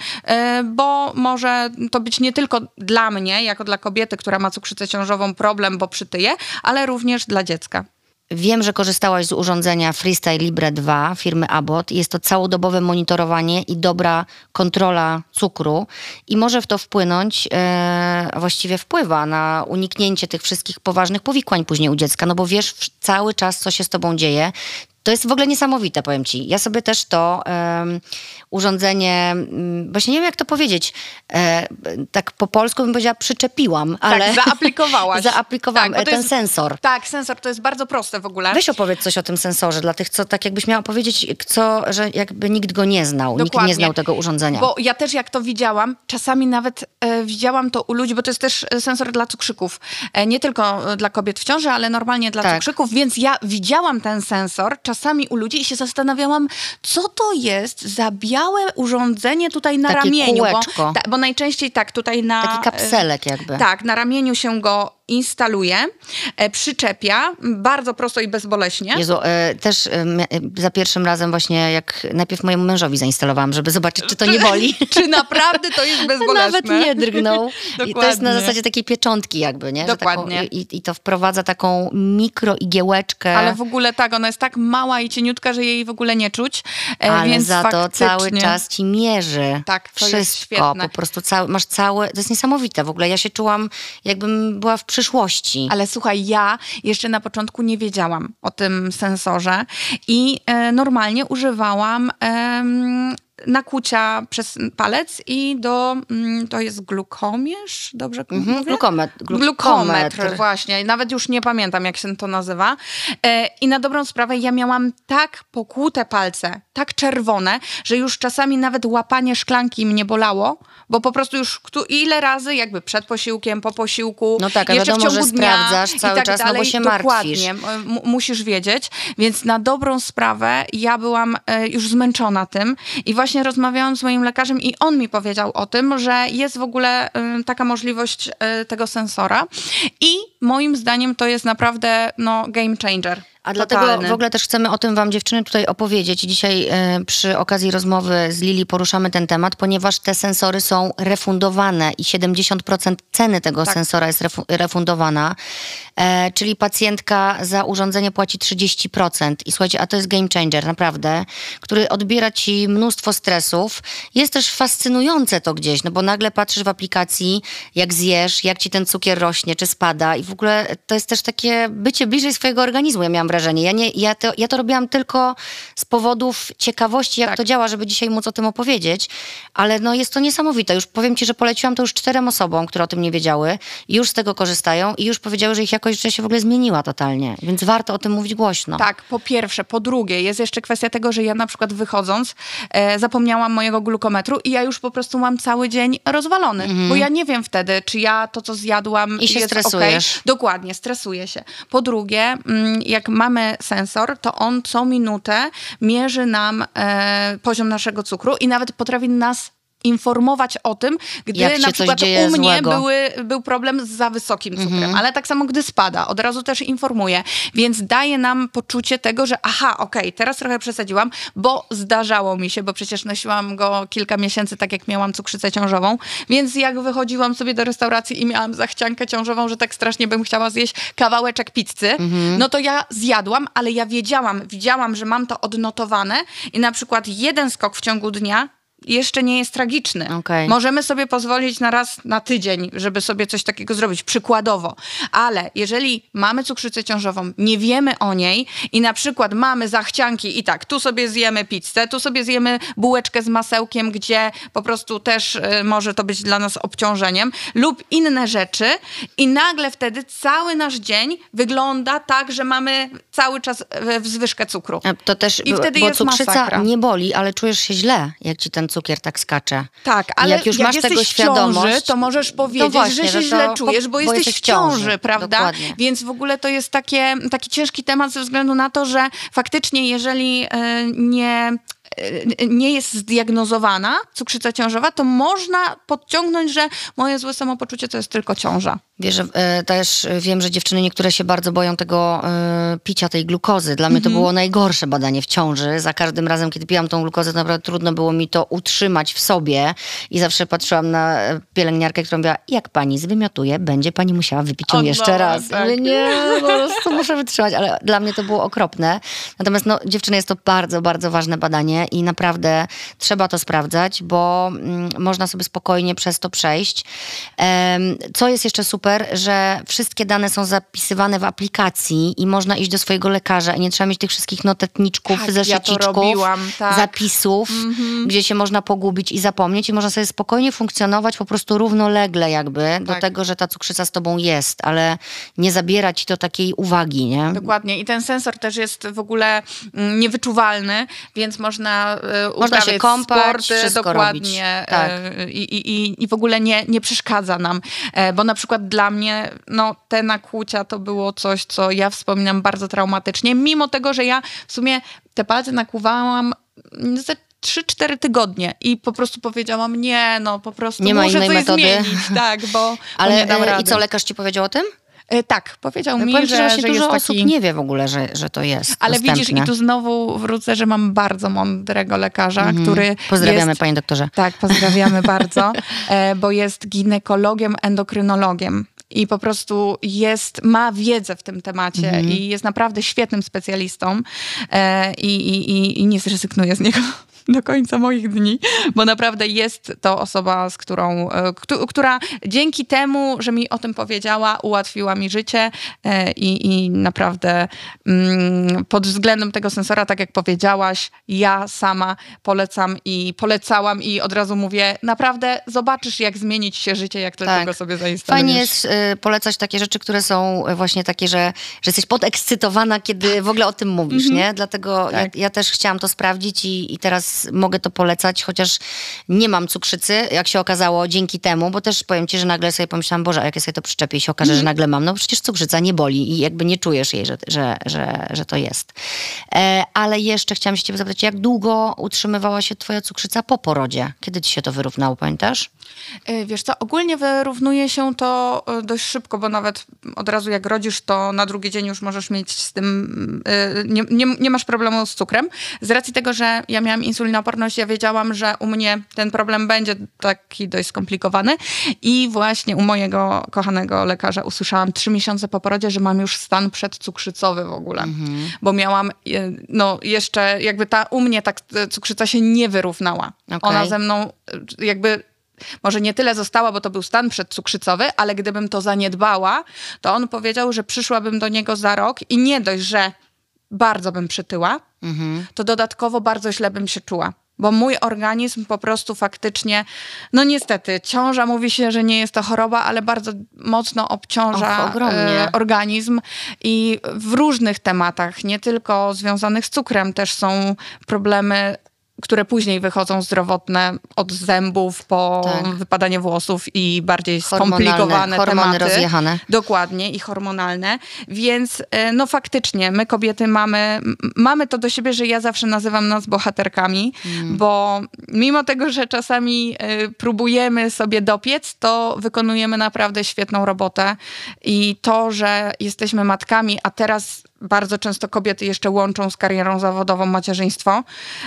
bo może to być nie tylko dla mnie, jako dla kobiety, która ma cukrzycę ciążową problem, bo przytyje, ale również dla dziecka. Wiem, że korzystałaś z urządzenia Freestyle Libre 2 firmy Abbott. Jest to całodobowe monitorowanie i dobra kontrola cukru i może w to wpłynąć, właściwie wpływa na uniknięcie tych wszystkich poważnych powikłań później u dziecka, no bo wiesz cały czas, co się z tobą dzieje. To jest w ogóle niesamowite, powiem ci. Ja sobie też to urządzenie, właśnie nie wiem jak to powiedzieć, tak po polsku bym powiedziała przyczepiłam, ale... Tak, zaaplikowałaś. Zaaplikowałam Tak, bo to ten jest- sensor. Tak, sensor to jest bardzo proste w ogóle. Weź opowiedz coś o tym sensorze, dla tych, co tak jakbyś miała powiedzieć, że jakby nikt go nie znał, nikt Dokładnie. nie znał tego urządzenia. Bo ja też jak to widziałam, czasami nawet widziałam to u ludzi, bo to jest też sensor dla cukrzyków. Nie tylko dla kobiet w ciąży, ale normalnie dla Tak. cukrzyków, więc ja widziałam ten sensor czasami u ludzi i się zastanawiałam, co to jest za białe urządzenie tutaj na Takie ramieniu. kółeczko. Bo najczęściej tak tutaj na... Taki kapselek jakby. Tak, na ramieniu się go instaluje, przyczepia, bardzo prosto i bezboleśnie. Jezu, też za pierwszym razem właśnie, jak najpierw mojemu mężowi zainstalowałam, żeby zobaczyć, czy to nie boli. Czy naprawdę to jest bezbolesne? Nawet nie drgnął. I to jest na Dokładnie. zasadzie takiej pieczątki jakby, nie? Że Dokładnie. Taką, i to wprowadza taką mikroigiełeczkę. Ale w ogóle tak, ona jest tak mała i cieniutka, że jej w ogóle nie czuć. Ale Więc za to faktycznie... cały czas ci mierzy. Tak, to jest wszystko. świetne. Po prostu masz całe, to jest niesamowite w ogóle. Ja się czułam, jakbym była w przyszłości. Ale słuchaj, ja jeszcze na początku nie wiedziałam o tym sensorze i normalnie używałam nakłucia przez palec i to jest glukomierz, dobrze mówię? Glukometr, właśnie. Nawet już nie pamiętam, jak się to nazywa. I na dobrą sprawę ja miałam tak pokłute palce, tak czerwone, że już czasami nawet łapanie szklanki mnie bolało, bo po prostu już ile razy jakby przed posiłkiem, po posiłku, No tak, a jeszcze w wiadomo, ciągu że dnia sprawdzasz i cały tak czas, no bo dalej. się Dokładnie, martwisz. musisz wiedzieć. Więc na dobrą sprawę ja byłam już zmęczona tym i właśnie rozmawiałam z moim lekarzem i on mi powiedział o tym, że jest w ogóle taka możliwość tego sensora i moim zdaniem to jest naprawdę game changer. A dlatego Totalny. w ogóle też chcemy o tym wam, dziewczyny, tutaj opowiedzieć. Dzisiaj przy okazji rozmowy z Lili poruszamy ten temat, ponieważ te sensory są refundowane i 70% ceny tego sensora jest refundowana. Czyli pacjentka za urządzenie płaci 30%. I słuchajcie, a to jest game changer, naprawdę, który odbiera ci mnóstwo stresów. Jest też fascynujące to gdzieś, no bo nagle patrzysz w aplikacji, jak zjesz, jak ci ten cukier rośnie, czy spada i w ogóle to jest też takie bycie bliżej swojego organizmu, ja miałam wrażenie. Ja to robiłam tylko z powodów ciekawości, jak to działa, żeby dzisiaj móc o tym opowiedzieć, ale no jest to niesamowite. Już powiem ci, że poleciłam to już 4 osobom, które o tym nie wiedziały i już z tego korzystają i już powiedziały, że ich jakość życia się w ogóle zmieniła totalnie, więc warto o tym mówić głośno. Tak, po pierwsze. Po drugie, jest jeszcze kwestia tego, że ja na przykład wychodząc zapomniałam mojego glukometru i ja już po prostu mam cały dzień rozwalony, bo ja nie wiem wtedy, czy ja to, co zjadłam I się jest stresujesz. okej. Dokładnie, stresuję się. Po drugie, jak mamy sensor, to on co minutę mierzy nam poziom naszego cukru i nawet potrafi nas informować o tym, gdy Jak się na coś przykład dzieje u mnie złego. był problem z za wysokim cukrem, ale tak samo gdy spada, od razu też informuje, więc daje nam poczucie tego, że okej, teraz trochę przesadziłam, bo zdarzało mi się, bo przecież nosiłam go kilka miesięcy, tak jak miałam cukrzycę ciążową, więc jak wychodziłam sobie do restauracji i miałam zachciankę ciążową, że tak strasznie bym chciała zjeść kawałeczek pizzy, no to ja zjadłam, ale ja widziałam, że mam to odnotowane i na przykład jeden skok w ciągu dnia jeszcze nie jest tragiczny. Okej. Możemy sobie pozwolić na raz na tydzień, żeby sobie coś takiego zrobić, przykładowo. Ale jeżeli mamy cukrzycę ciążową, nie wiemy o niej i na przykład mamy zachcianki i tak, tu sobie zjemy pizzę, tu sobie zjemy bułeczkę z masełkiem, gdzie po prostu też może to być dla nas obciążeniem lub inne rzeczy i nagle wtedy cały nasz dzień wygląda tak, że mamy cały czas wzwyżkę cukru. To też, I wtedy bo jest cukrzyca masakra. nie boli, ale czujesz się źle, jak ci ten cukier tak skacze. Tak, ale jak już masz jesteś tego w ciąży, świadomość, to możesz powiedzieć, właśnie, że się że źle to czujesz, bo jesteś w ciąży, prawda? Dokładnie. Więc w ogóle to jest taki ciężki temat ze względu na to, że faktycznie jeżeli nie jest zdiagnozowana cukrzyca ciążowa, to można podciągnąć, że moje złe samopoczucie to jest tylko ciąża. Wiesz, że też wiem, że dziewczyny niektóre się bardzo boją tego picia tej glukozy. Dla mnie to było najgorsze badanie w ciąży. Za każdym razem, kiedy pijam tą glukozę, to naprawdę trudno było mi to utrzymać w sobie. I zawsze patrzyłam na pielęgniarkę, która mówiła, jak pani zwymiotuje, będzie pani musiała wypić ją jeszcze raz. Tak. Mówię, nie, po prostu muszę wytrzymać. Ale dla mnie to było okropne. Natomiast dziewczyny, jest to bardzo, bardzo ważne badanie i naprawdę trzeba to sprawdzać, bo można sobie spokojnie przez to przejść. Co jest jeszcze super super, że wszystkie dane są zapisywane w aplikacji i można iść do swojego lekarza i nie trzeba mieć tych wszystkich notatniczków, Tak, zeszyciczków, ja to robiłam, tak. zapisów, gdzie się można pogubić i zapomnieć i można sobie spokojnie funkcjonować po prostu równolegle jakby do tego, że ta cukrzyca z tobą jest, ale nie zabiera ci to takiej uwagi, nie? Dokładnie. I ten sensor też jest w ogóle niewyczuwalny, więc można Można się kąpać, sporty, wszystko dokładnie. robić. Tak. I w ogóle nie przeszkadza nam. Bo na przykład dla mnie te nakłucia to było coś, co ja wspominam bardzo traumatycznie, mimo tego, że ja w sumie te palce nakłuwałam ze 3-4 tygodnie i po prostu powiedziałam, po prostu nie ma muszę innej coś metody. zmienić. Tak, bo nie dam rady. I co, lekarz ci powiedział o tym? Tak, powiedział mi, Powiem ci, że właśnie jest dużo taki... osób nie wie w ogóle, że to jest Ale dostępne. widzisz, i tu znowu wrócę, że mam bardzo mądrego lekarza, który Pozdrawiamy, jest... panie doktorze. Tak, pozdrawiamy bardzo, bo jest ginekologiem, endokrynologiem. I po prostu ma wiedzę w tym temacie i jest naprawdę świetnym specjalistą i nie zrezygnuję z niego do końca moich dni, bo naprawdę jest to osoba, która dzięki temu, że mi o tym powiedziała, ułatwiła mi życie i naprawdę pod względem tego sensora, tak jak powiedziałaś, ja sama polecam i polecałam i od razu mówię, naprawdę zobaczysz, jak zmienić się życie, jak tylko go sobie zainstalujesz. Fajnie jest polecać takie rzeczy, które są właśnie takie, że jesteś podekscytowana, kiedy w ogóle o tym mówisz, nie? Dlatego ja też chciałam to sprawdzić i teraz mogę to polecać, chociaż nie mam cukrzycy, jak się okazało, dzięki temu, bo też powiem ci, że nagle sobie pomyślałam, Boże, a jak ja sobie to przyczepię i się okaże, że nagle mam, no przecież cukrzyca nie boli i jakby nie czujesz jej, że to jest. Ale jeszcze chciałam się ciebie zapytać, jak długo utrzymywała się twoja cukrzyca po porodzie? Kiedy ci się to wyrównało, pamiętasz? Wiesz co, ogólnie wyrównuje się to dość szybko, bo nawet od razu jak rodzisz, to na drugi dzień już możesz mieć z tym, nie masz problemu z cukrem. Z racji tego, że ja miałam insulinoporność, ja wiedziałam, że u mnie ten problem będzie taki dość skomplikowany i właśnie u mojego kochanego lekarza usłyszałam 3 miesiące po porodzie, że mam już stan przedcukrzycowy w ogóle. Bo miałam, jeszcze jakby u mnie tak cukrzyca się nie wyrównała. Okay. Ona ze mną jakby może nie tyle została, bo to był stan przedcukrzycowy, ale gdybym to zaniedbała, to on powiedział, że przyszłabym do niego za rok i nie dość, że bardzo bym przytyła, to dodatkowo bardzo źle bym się czuła. Bo mój organizm po prostu faktycznie, niestety, ciąża mówi się, że nie jest to choroba, ale bardzo mocno obciąża organizm i w różnych tematach, nie tylko związanych z cukrem, też są problemy, które później wychodzą zdrowotne od zębów po wypadanie włosów i bardziej skomplikowane hormony tematy. rozjechane. Dokładnie i hormonalne. Więc faktycznie my kobiety mamy to do siebie, że ja zawsze nazywam nas bohaterkami, bo mimo tego, że czasami próbujemy sobie dopiec, to wykonujemy naprawdę świetną robotę i to, że jesteśmy matkami, a teraz bardzo często kobiety jeszcze łączą z karierą zawodową macierzyństwo,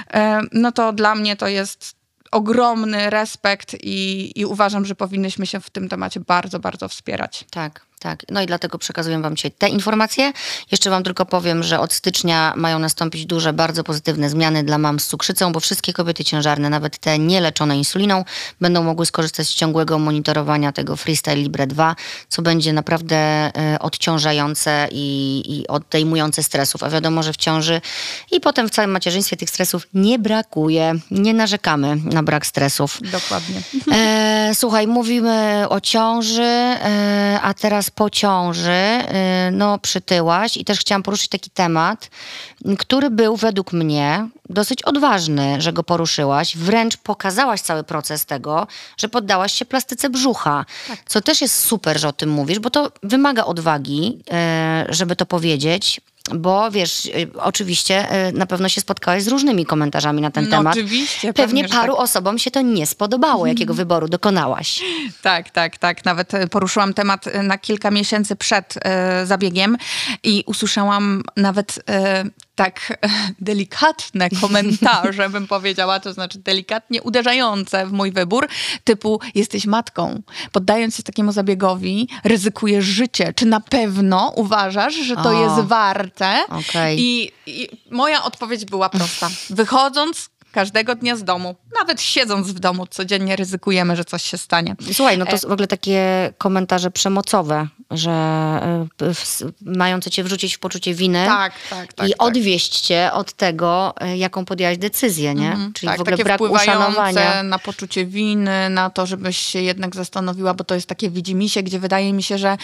to dla mnie to jest ogromny respekt i uważam, że powinnyśmy się w tym temacie bardzo, bardzo wspierać. Tak. No i dlatego przekazuję wam dzisiaj te informacje. Jeszcze wam tylko powiem, że od stycznia mają nastąpić duże, bardzo pozytywne zmiany dla mam z cukrzycą, bo wszystkie kobiety ciężarne, nawet te nieleczone insuliną, będą mogły skorzystać z ciągłego monitorowania tego Freestyle Libre 2, co będzie naprawdę odciążające i odejmujące stresów. A wiadomo, że w ciąży i potem w całym macierzyństwie tych stresów nie brakuje. Nie narzekamy na brak stresów. Dokładnie. Słuchaj, mówimy o ciąży, a teraz po ciąży, przytyłaś i też chciałam poruszyć taki temat, który był według mnie dosyć odważny, że go poruszyłaś. Wręcz pokazałaś cały proces tego, że poddałaś się plastyce brzucha. Tak. Co też jest super, że o tym mówisz, bo to wymaga odwagi, żeby to powiedzieć. Bo wiesz, oczywiście na pewno się spotkałaś z różnymi komentarzami na ten temat. Oczywiście. Pewnie paru osobom się to nie spodobało, jakiego wyboru dokonałaś. Tak. Nawet poruszyłam temat na kilka miesięcy przed zabiegiem i usłyszałam nawet tak delikatne komentarze, bym powiedziała, to znaczy delikatnie uderzające w mój wybór, typu jesteś matką, poddając się takiemu zabiegowi, ryzykujesz życie. Czy na pewno uważasz, że to jest warte? Okay. I moja odpowiedź była prosta. Wychodząc każdego dnia z domu. Nawet siedząc w domu codziennie ryzykujemy, że coś się stanie. Słuchaj, no to w ogóle takie komentarze przemocowe, że mające cię wrzucić w poczucie winy i odwieść cię od tego, jaką podjęłaś decyzję, nie? Czyli tak, w ogóle takie brak uszanowania. na poczucie winy, na to, żebyś się jednak zastanowiła, bo to jest takie widzimisię, gdzie wydaje mi się, że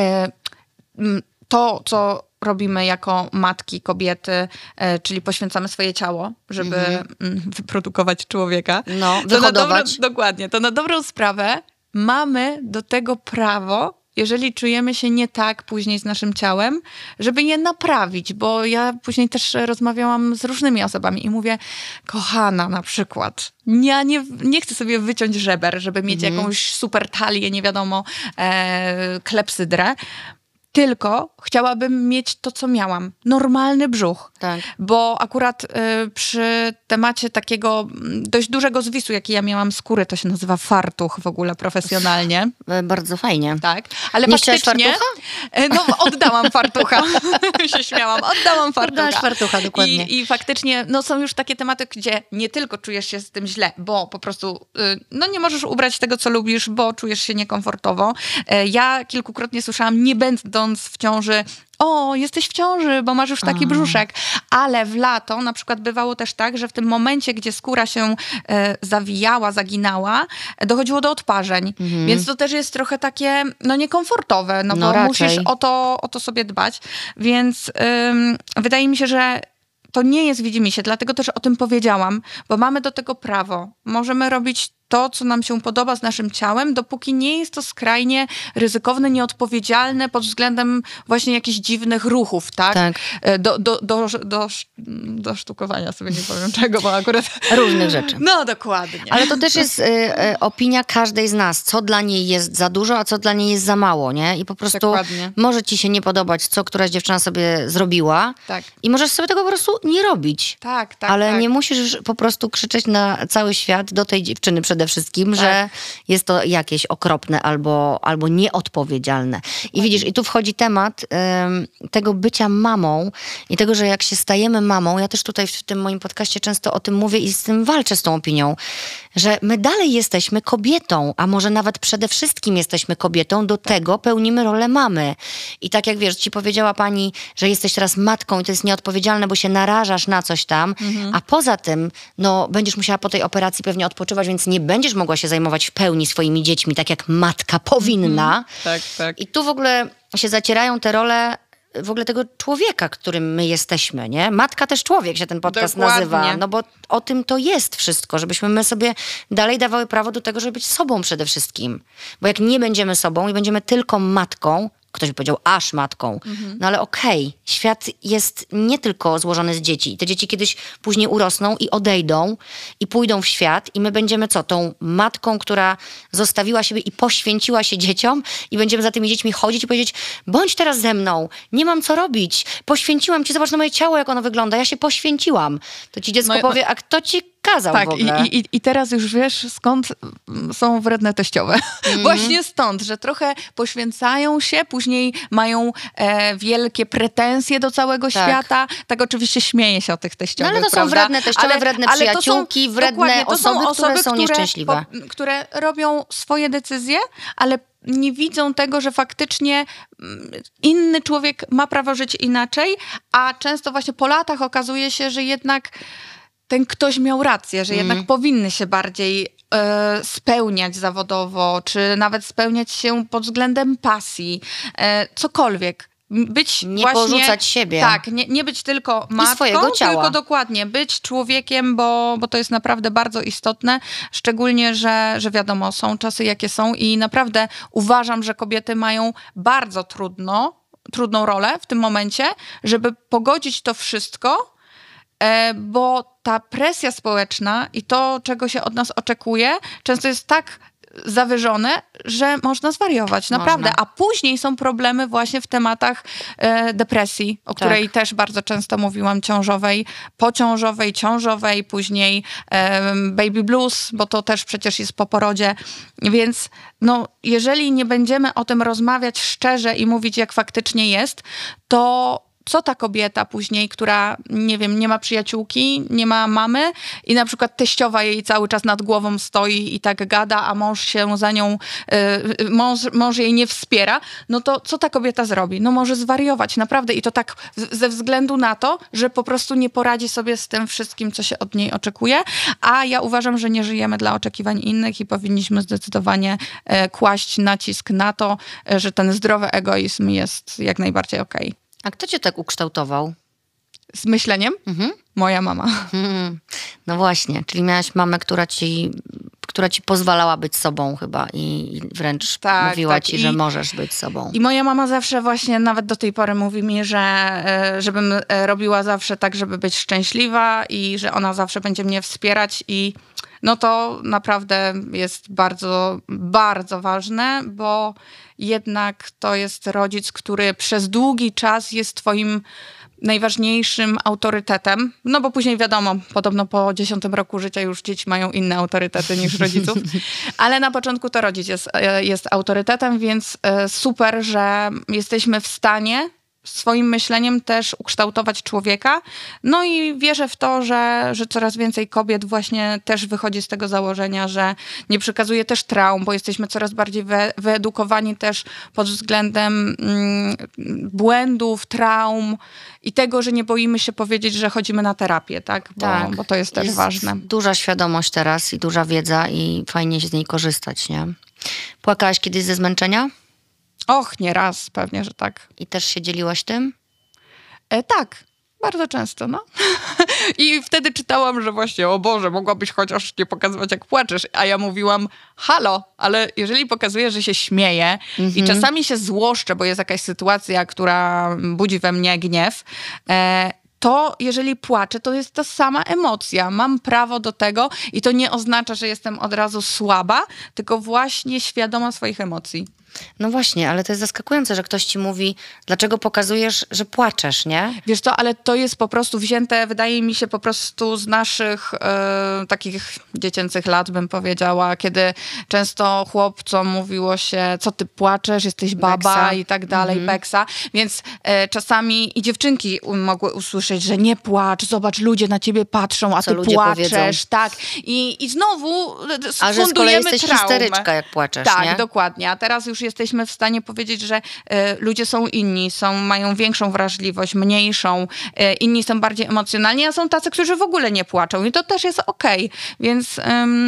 to, co robimy jako matki, kobiety, czyli poświęcamy swoje ciało, żeby wyprodukować człowieka. No, wyhodować. Dokładnie. To na dobrą sprawę mamy do tego prawo, jeżeli czujemy się nie tak później z naszym ciałem, żeby je naprawić, bo ja później też rozmawiałam z różnymi osobami i mówię, kochana na przykład, ja nie chcę sobie wyciąć żeber, żeby mieć jakąś super talię, nie wiadomo, klepsydrę, tylko chciałabym mieć to, co miałam. Normalny brzuch. Tak. Bo akurat przy temacie takiego dość dużego zwisu, jaki ja miałam skóry, to się nazywa fartuch w ogóle profesjonalnie. Bardzo fajnie. Tak. Ale Nie faktycznie... fartucha? No, oddałam fartucha. się śmiałam. Oddałam fartucha. Oddałaś fartucha, dokładnie. I faktycznie są już takie tematy, gdzie nie tylko czujesz się z tym źle, bo po prostu nie możesz ubrać tego, co lubisz, bo czujesz się niekomfortowo. Ja kilkukrotnie słyszałam, nie będąc w ciąży, o, jesteś w ciąży, bo masz już taki brzuszek. Ale w lato na przykład bywało też tak, że w tym momencie, gdzie skóra się zawijała, zaginała, dochodziło do odparzeń. Więc to też jest trochę takie, niekomfortowe, bo raczej. musisz o to sobie dbać. Więc wydaje mi się, że to nie jest widzimisię, dlatego też o tym powiedziałam, bo mamy do tego prawo. Możemy robić to, co nam się podoba z naszym ciałem, dopóki nie jest to skrajnie ryzykowne, nieodpowiedzialne pod względem właśnie jakichś dziwnych ruchów, tak? Tak. Do sztukowania sobie nie powiem czego, bo akurat... Różnych rzeczy. No, dokładnie. Ale to też jest opinia każdej z nas, co dla niej jest za dużo, a co dla niej jest za mało, nie? I po prostu Dokładnie. może ci się nie podobać, co któraś dziewczyna sobie zrobiła Tak. i możesz sobie tego po prostu nie robić. Tak. Ale nie musisz po prostu krzyczeć na cały świat do tej dziewczyny przede wszystkim, że jest to jakieś okropne albo nieodpowiedzialne. I widzisz, i tu wchodzi temat tego bycia mamą i tego, że jak się stajemy mamą, ja też tutaj w tym moim podcaście często o tym mówię i z tym walczę, z tą opinią, że my dalej jesteśmy kobietą, a może nawet przede wszystkim jesteśmy kobietą, do tego pełnimy rolę mamy. I tak jak wiesz, ci powiedziała pani, że jesteś teraz matką i to jest nieodpowiedzialne, bo się narażasz na coś tam, a poza tym, będziesz musiała po tej operacji pewnie odpoczywać, więc nie będziesz mogła się zajmować w pełni swoimi dziećmi, tak jak matka powinna. Tak. I tu w ogóle się zacierają te role w ogóle tego człowieka, którym my jesteśmy, nie? Matka też człowiek się ten podcast nazywa. No bo o tym to jest wszystko, żebyśmy my sobie dalej dawały prawo do tego, żeby być sobą przede wszystkim. Bo jak nie będziemy sobą i będziemy tylko matką, ktoś by powiedział aż matką, no ale okej, świat jest nie tylko złożony z dzieci. I te dzieci kiedyś później urosną i odejdą i pójdą w świat i my będziemy tą matką, która zostawiła siebie i poświęciła się dzieciom i będziemy za tymi dziećmi chodzić i powiedzieć, bądź teraz ze mną, nie mam co robić, poświęciłam ci, zobacz na moje ciało, jak ono wygląda, ja się poświęciłam. To ci dziecko powie, a kto ci kazał w ogóle? I teraz już wiesz, skąd są wredne teściowe. Właśnie stąd, że trochę poświęcają się, później mają wielkie pretensje do całego świata. Tak oczywiście śmieje się o tych teściowych, ale to są wredne teściowe, wredne przyjaciółki, wredne osoby, które są nieszczęśliwe. Które robią swoje decyzje, ale nie widzą tego, że faktycznie inny człowiek ma prawo żyć inaczej, a często właśnie po latach okazuje się, że jednak ten ktoś miał rację, że jednak powinny się bardziej spełniać zawodowo, czy nawet spełniać się pod względem pasji, cokolwiek. Nie porzucać siebie. Tak, nie być tylko matką, swojego ciała. tylko dokładnie być człowiekiem, bo to jest naprawdę bardzo istotne. Szczególnie, że wiadomo, są czasy jakie są i naprawdę uważam, że kobiety mają bardzo trudną rolę w tym momencie, żeby pogodzić to wszystko, bo ta presja społeczna i to, czego się od nas oczekuje, często jest tak zawyżone, że można zwariować, naprawdę. A później są problemy właśnie w tematach depresji, o której też bardzo często mówiłam, ciążowej, pociążowej, ciążowej, później baby blues, bo to też przecież jest po porodzie. Więc jeżeli nie będziemy o tym rozmawiać szczerze i mówić, jak faktycznie jest, to co ta kobieta później, która, nie wiem, nie ma przyjaciółki, nie ma mamy i na przykład teściowa jej cały czas nad głową stoi i tak gada, a mąż się za nią, mąż jej nie wspiera, no to co ta kobieta zrobi? No może zwariować, naprawdę. I to tak ze względu na to, że po prostu nie poradzi sobie z tym wszystkim, co się od niej oczekuje, a ja uważam, że nie żyjemy dla oczekiwań innych i powinniśmy zdecydowanie kłaść nacisk na to, że ten zdrowy egoizm jest jak najbardziej okej. A kto cię tak ukształtował? Z myśleniem? Moja mama. No właśnie, czyli miałaś mamę, która ci pozwalała być sobą chyba i wręcz mówiła ci, że możesz być sobą. I moja mama zawsze właśnie, nawet do tej pory mówi mi, że żebym robiła zawsze tak, żeby być szczęśliwa i że ona zawsze będzie mnie wspierać i no to naprawdę jest bardzo, bardzo ważne, bo jednak to jest rodzic, który przez długi czas jest twoim najważniejszym autorytetem, no bo później wiadomo, podobno po 10 roku życia już dzieci mają inne autorytety niż rodziców, ale na początku to rodzic jest autorytetem, więc super, że jesteśmy w stanie swoim myśleniem też ukształtować człowieka. No i wierzę w to, że coraz więcej kobiet właśnie też wychodzi z tego założenia, że nie przekazuje też traum, bo jesteśmy coraz bardziej wyedukowani też pod względem błędów, traum i tego, że nie boimy się powiedzieć, że chodzimy na terapię, tak? Bo to jest też ważne. Duża świadomość teraz i duża wiedza i fajnie się z niej korzystać, nie? Płakałaś kiedyś ze zmęczenia? Och, nie raz, pewnie, że tak. I też się dzieliłaś tym? Tak, bardzo często, no. I wtedy czytałam, że właśnie, o Boże, mogłabyś chociaż nie pokazywać, jak płaczesz. A ja mówiłam, halo, ale jeżeli pokazuję, że się śmieję i czasami się złoszczę, bo jest jakaś sytuacja, która budzi we mnie gniew, to jeżeli płaczę, to jest ta sama emocja. Mam prawo do tego i to nie oznacza, że jestem od razu słaba, tylko właśnie świadoma swoich emocji. No właśnie, ale to jest zaskakujące, że ktoś ci mówi, dlaczego pokazujesz, że płaczesz, nie? Wiesz co, ale to jest po prostu wzięte, wydaje mi się, po prostu z naszych takich dziecięcych lat, bym powiedziała, kiedy często chłopcom mówiło się, co ty płaczesz, jesteś baba Beksa. i tak dalej, beksa. Więc czasami i dziewczynki mogły usłyszeć, że nie płacz, zobacz, ludzie na ciebie patrzą, a Co ty ludzie płaczesz. powiedzą. Tak. I znowu A że z kolei fundujemy jesteś traumę. histeryczka, jak płaczesz, tak, nie? Tak, dokładnie. A teraz już jesteśmy w stanie powiedzieć, że ludzie są inni, mają większą wrażliwość, mniejszą, inni są bardziej emocjonalni, a są tacy, którzy w ogóle nie płaczą i to też jest okej. Więc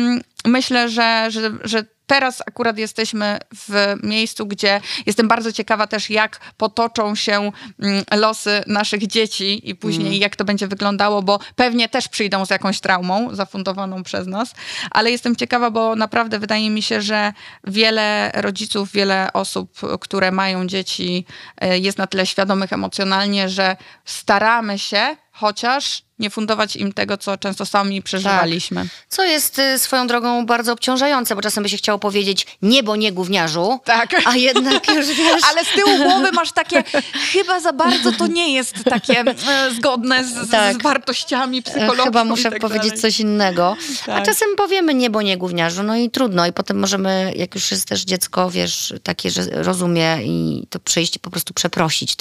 myślę, że teraz akurat jesteśmy w miejscu, gdzie jestem bardzo ciekawa też, jak potoczą się losy naszych dzieci i później jak to będzie wyglądało, bo pewnie też przyjdą z jakąś traumą zafundowaną przez nas, ale jestem ciekawa, bo naprawdę wydaje mi się, że wiele rodziców, wiele osób, które mają dzieci, jest na tyle świadomych emocjonalnie, że staramy się chociaż nie fundować im tego, co często sami przeżywaliśmy. Tak. Co jest swoją drogą bardzo obciążające, bo czasem by się chciało powiedzieć nie, bo nie gówniarzu, tak. A jednak już wiesz... Ale z tyłu głowy masz takie, chyba za bardzo to nie jest takie zgodne z wartościami psychologicznymi. Chyba muszę powiedzieć coś innego. Tak. A czasem powiemy nie, bo nie gówniarzu, no i trudno. I potem możemy, jak już jest też dziecko, wiesz, takie, że rozumie i to przyjść i po prostu przeprosić.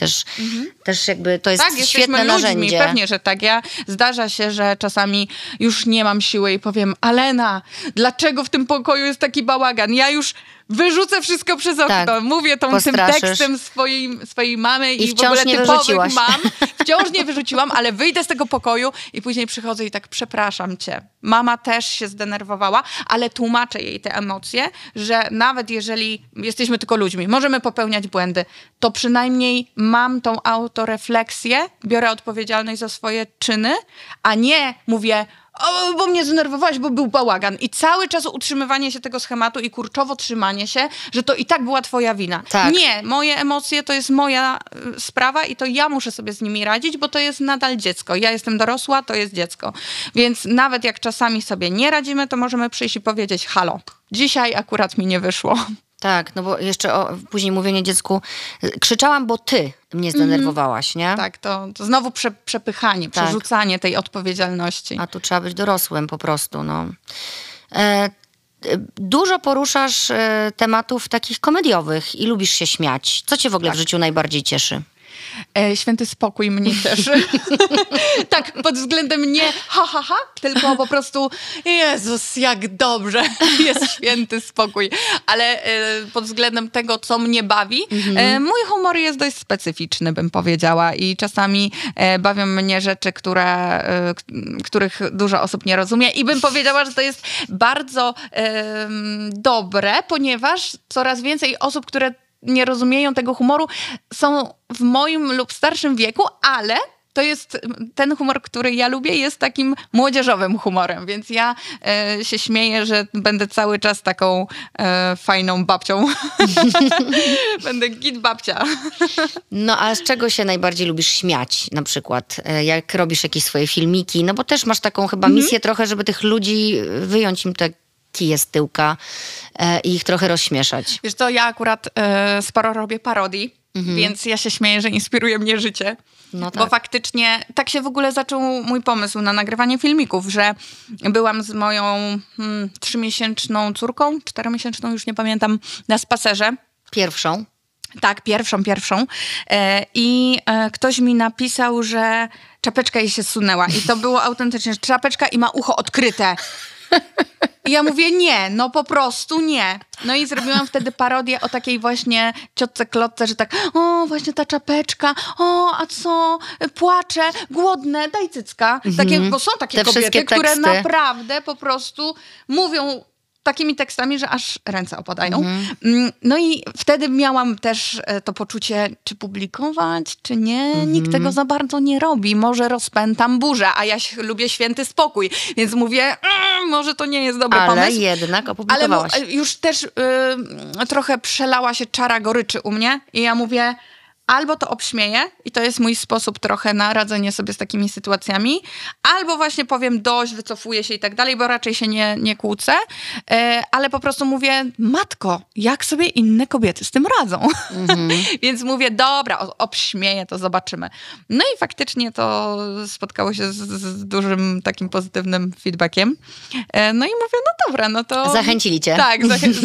Też jakby to jest świetne narzędzie. Pewnie, że tak. Zdarza się, że czasami już nie mam siły i powiem, Alena, dlaczego w tym pokoju jest taki bałagan? Ja już wyrzucę wszystko przez okno. Tak, mówię tym tekstem swojej mamy i w ogóle typowych mam. Wciąż nie wyrzuciłam, ale wyjdę z tego pokoju i później przychodzę i tak przepraszam cię. Mama też się zdenerwowała, ale tłumaczę jej te emocje, że nawet jeżeli jesteśmy tylko ludźmi, możemy popełniać błędy, to przynajmniej mam tą autorefleksję, biorę odpowiedzialność za swoje czyny, a nie mówię, bo mnie zdenerwowałaś, bo był bałagan. I cały czas utrzymywanie się tego schematu i kurczowo trzymanie się, że to i tak była twoja wina. Tak. Nie, moje emocje to jest moja sprawa i to ja muszę sobie z nimi radzić, bo to jest nadal dziecko. Ja jestem dorosła, to jest dziecko. Więc nawet jak czasami sobie nie radzimy, to możemy przyjść i powiedzieć, halo, dzisiaj akurat mi nie wyszło. Tak, no bo jeszcze później mówienie dziecku, krzyczałam, bo ty mnie zdenerwowałaś, nie? Tak, to znowu przepychanie, przerzucanie tej odpowiedzialności. A tu trzeba być dorosłym po prostu, no. Dużo poruszasz tematów takich komediowych i lubisz się śmiać. Co cię w ogóle w życiu najbardziej cieszy? święty spokój mnie cieszy. Tak, pod względem nie tylko po prostu Jezus, jak dobrze jest święty spokój. Ale pod względem tego, co mnie bawi, mój humor jest dość specyficzny, bym powiedziała. I czasami bawią mnie rzeczy, których dużo osób nie rozumie. I bym powiedziała, że to jest bardzo dobre, ponieważ coraz więcej osób, które nie rozumieją tego humoru, są w moim lub starszym wieku, ale to jest ten humor, który ja lubię, jest takim młodzieżowym humorem, więc ja się śmieję, że będę cały czas taką fajną babcią. Będę git babcia. No a z czego się najbardziej lubisz śmiać na przykład? Jak robisz jakieś swoje filmiki? No bo też masz taką chyba misję trochę, żeby tych ludzi, wyjąć im te kije z tyłka i ich trochę rozśmieszać. Wiesz co, ja akurat sporo robię parodii, więc ja się śmieję, że inspiruje mnie życie. No tak. Bo faktycznie tak się w ogóle zaczął mój pomysł na nagrywanie filmików, że byłam z moją 3-miesięczną córką, 4-miesięczną, już nie pamiętam, na spacerze. Pierwszą? Tak, pierwszą. I ktoś mi napisał, że czapeczka jej się zsunęła. I to było autentycznie, że czapeczka i ma ucho odkryte. I ja mówię, nie, no po prostu nie. No i zrobiłam wtedy parodię o takiej właśnie ciotce Klotce, że tak, o właśnie ta czapeczka, o a co, płacze, głodne, daj cycka. Takie, bo są takie kobiety, które naprawdę po prostu mówią takimi tekstami, że aż ręce opadają. No i wtedy miałam też to poczucie, czy publikować, czy nie. Nikt tego za bardzo nie robi. Może rozpętam burzę, a ja lubię święty spokój. Więc mówię, może to nie jest dobry pomysł. Ale jednak opublikowałaś. Ale już też trochę przelała się czara goryczy u mnie i ja mówię, albo to obśmieję i to jest mój sposób trochę na radzenie sobie z takimi sytuacjami, albo właśnie powiem dość, wycofuję się i tak dalej, bo raczej się nie kłócę, ale po prostu mówię, matko, jak sobie inne kobiety z tym radzą? Więc mówię, dobra, obśmieję, to zobaczymy. No i faktycznie to spotkało się z dużym takim pozytywnym feedbackiem. No i mówię, no dobra, no to... Zachęcili cię. Tak,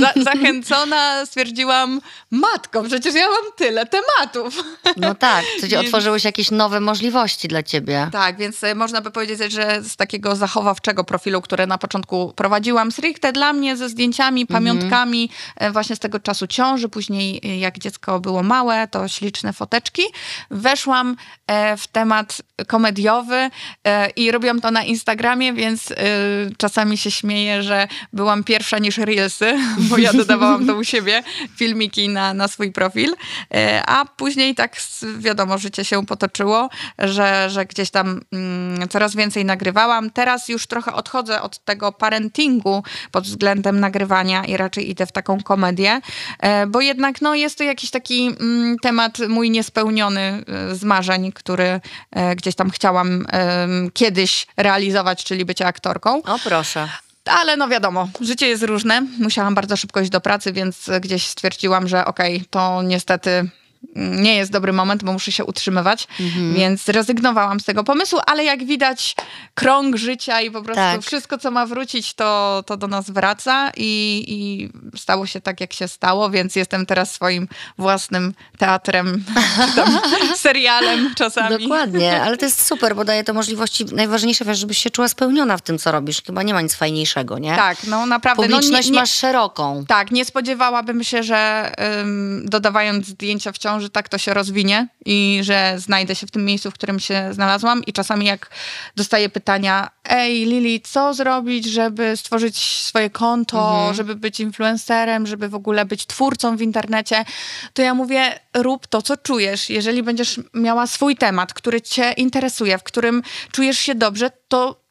zachęcona stwierdziłam, matko, przecież ja mam tyle tematów. No tak, to ci otworzyły się jakieś nowe możliwości dla ciebie. Tak, więc można by powiedzieć, że z takiego zachowawczego profilu, które na początku prowadziłam stricte dla mnie, ze zdjęciami, pamiątkami właśnie z tego czasu ciąży, później jak dziecko było małe, to śliczne foteczki. Weszłam w temat komediowy i robiłam to na Instagramie, więc czasami się śmieję, że byłam pierwsza niż Reelsy, bo ja dodawałam to u siebie, filmiki na swój profil, a później tak wiadomo, życie się potoczyło, że gdzieś tam coraz więcej nagrywałam. Teraz już trochę odchodzę od tego parentingu pod względem nagrywania i raczej idę w taką komedię, bo jednak no, jest to jakiś taki temat mój niespełniony z marzeń, który gdzieś tam chciałam kiedyś realizować, czyli bycie aktorką. O proszę. Ale no wiadomo, życie jest różne. Musiałam bardzo szybko iść do pracy, więc gdzieś stwierdziłam, że okej, to niestety nie jest dobry moment, bo muszę się utrzymywać, więc zrezygnowałam z tego pomysłu, ale jak widać krąg życia i po prostu wszystko, co ma wrócić, to do nas wraca i stało się tak, jak się stało, więc jestem teraz swoim własnym teatrem, czy tam serialem czasami. Dokładnie, ale to jest super, bo daje to możliwości, najważniejsze, wiesz, żebyś się czuła spełniona w tym, co robisz. Chyba nie ma nic fajniejszego, nie? Tak, no naprawdę. Publiczność masz szeroką. Tak, nie spodziewałabym się, że dodawając zdjęcia w ciąży, tak to się rozwinie i że znajdę się w tym miejscu, w którym się znalazłam. I czasami jak dostaję pytania, ej Lili, co zrobić, żeby stworzyć swoje konto, żeby być influencerem, żeby w ogóle być twórcą w internecie, to ja mówię, rób to, co czujesz. Jeżeli będziesz miała swój temat, który cię interesuje, w którym czujesz się dobrze, to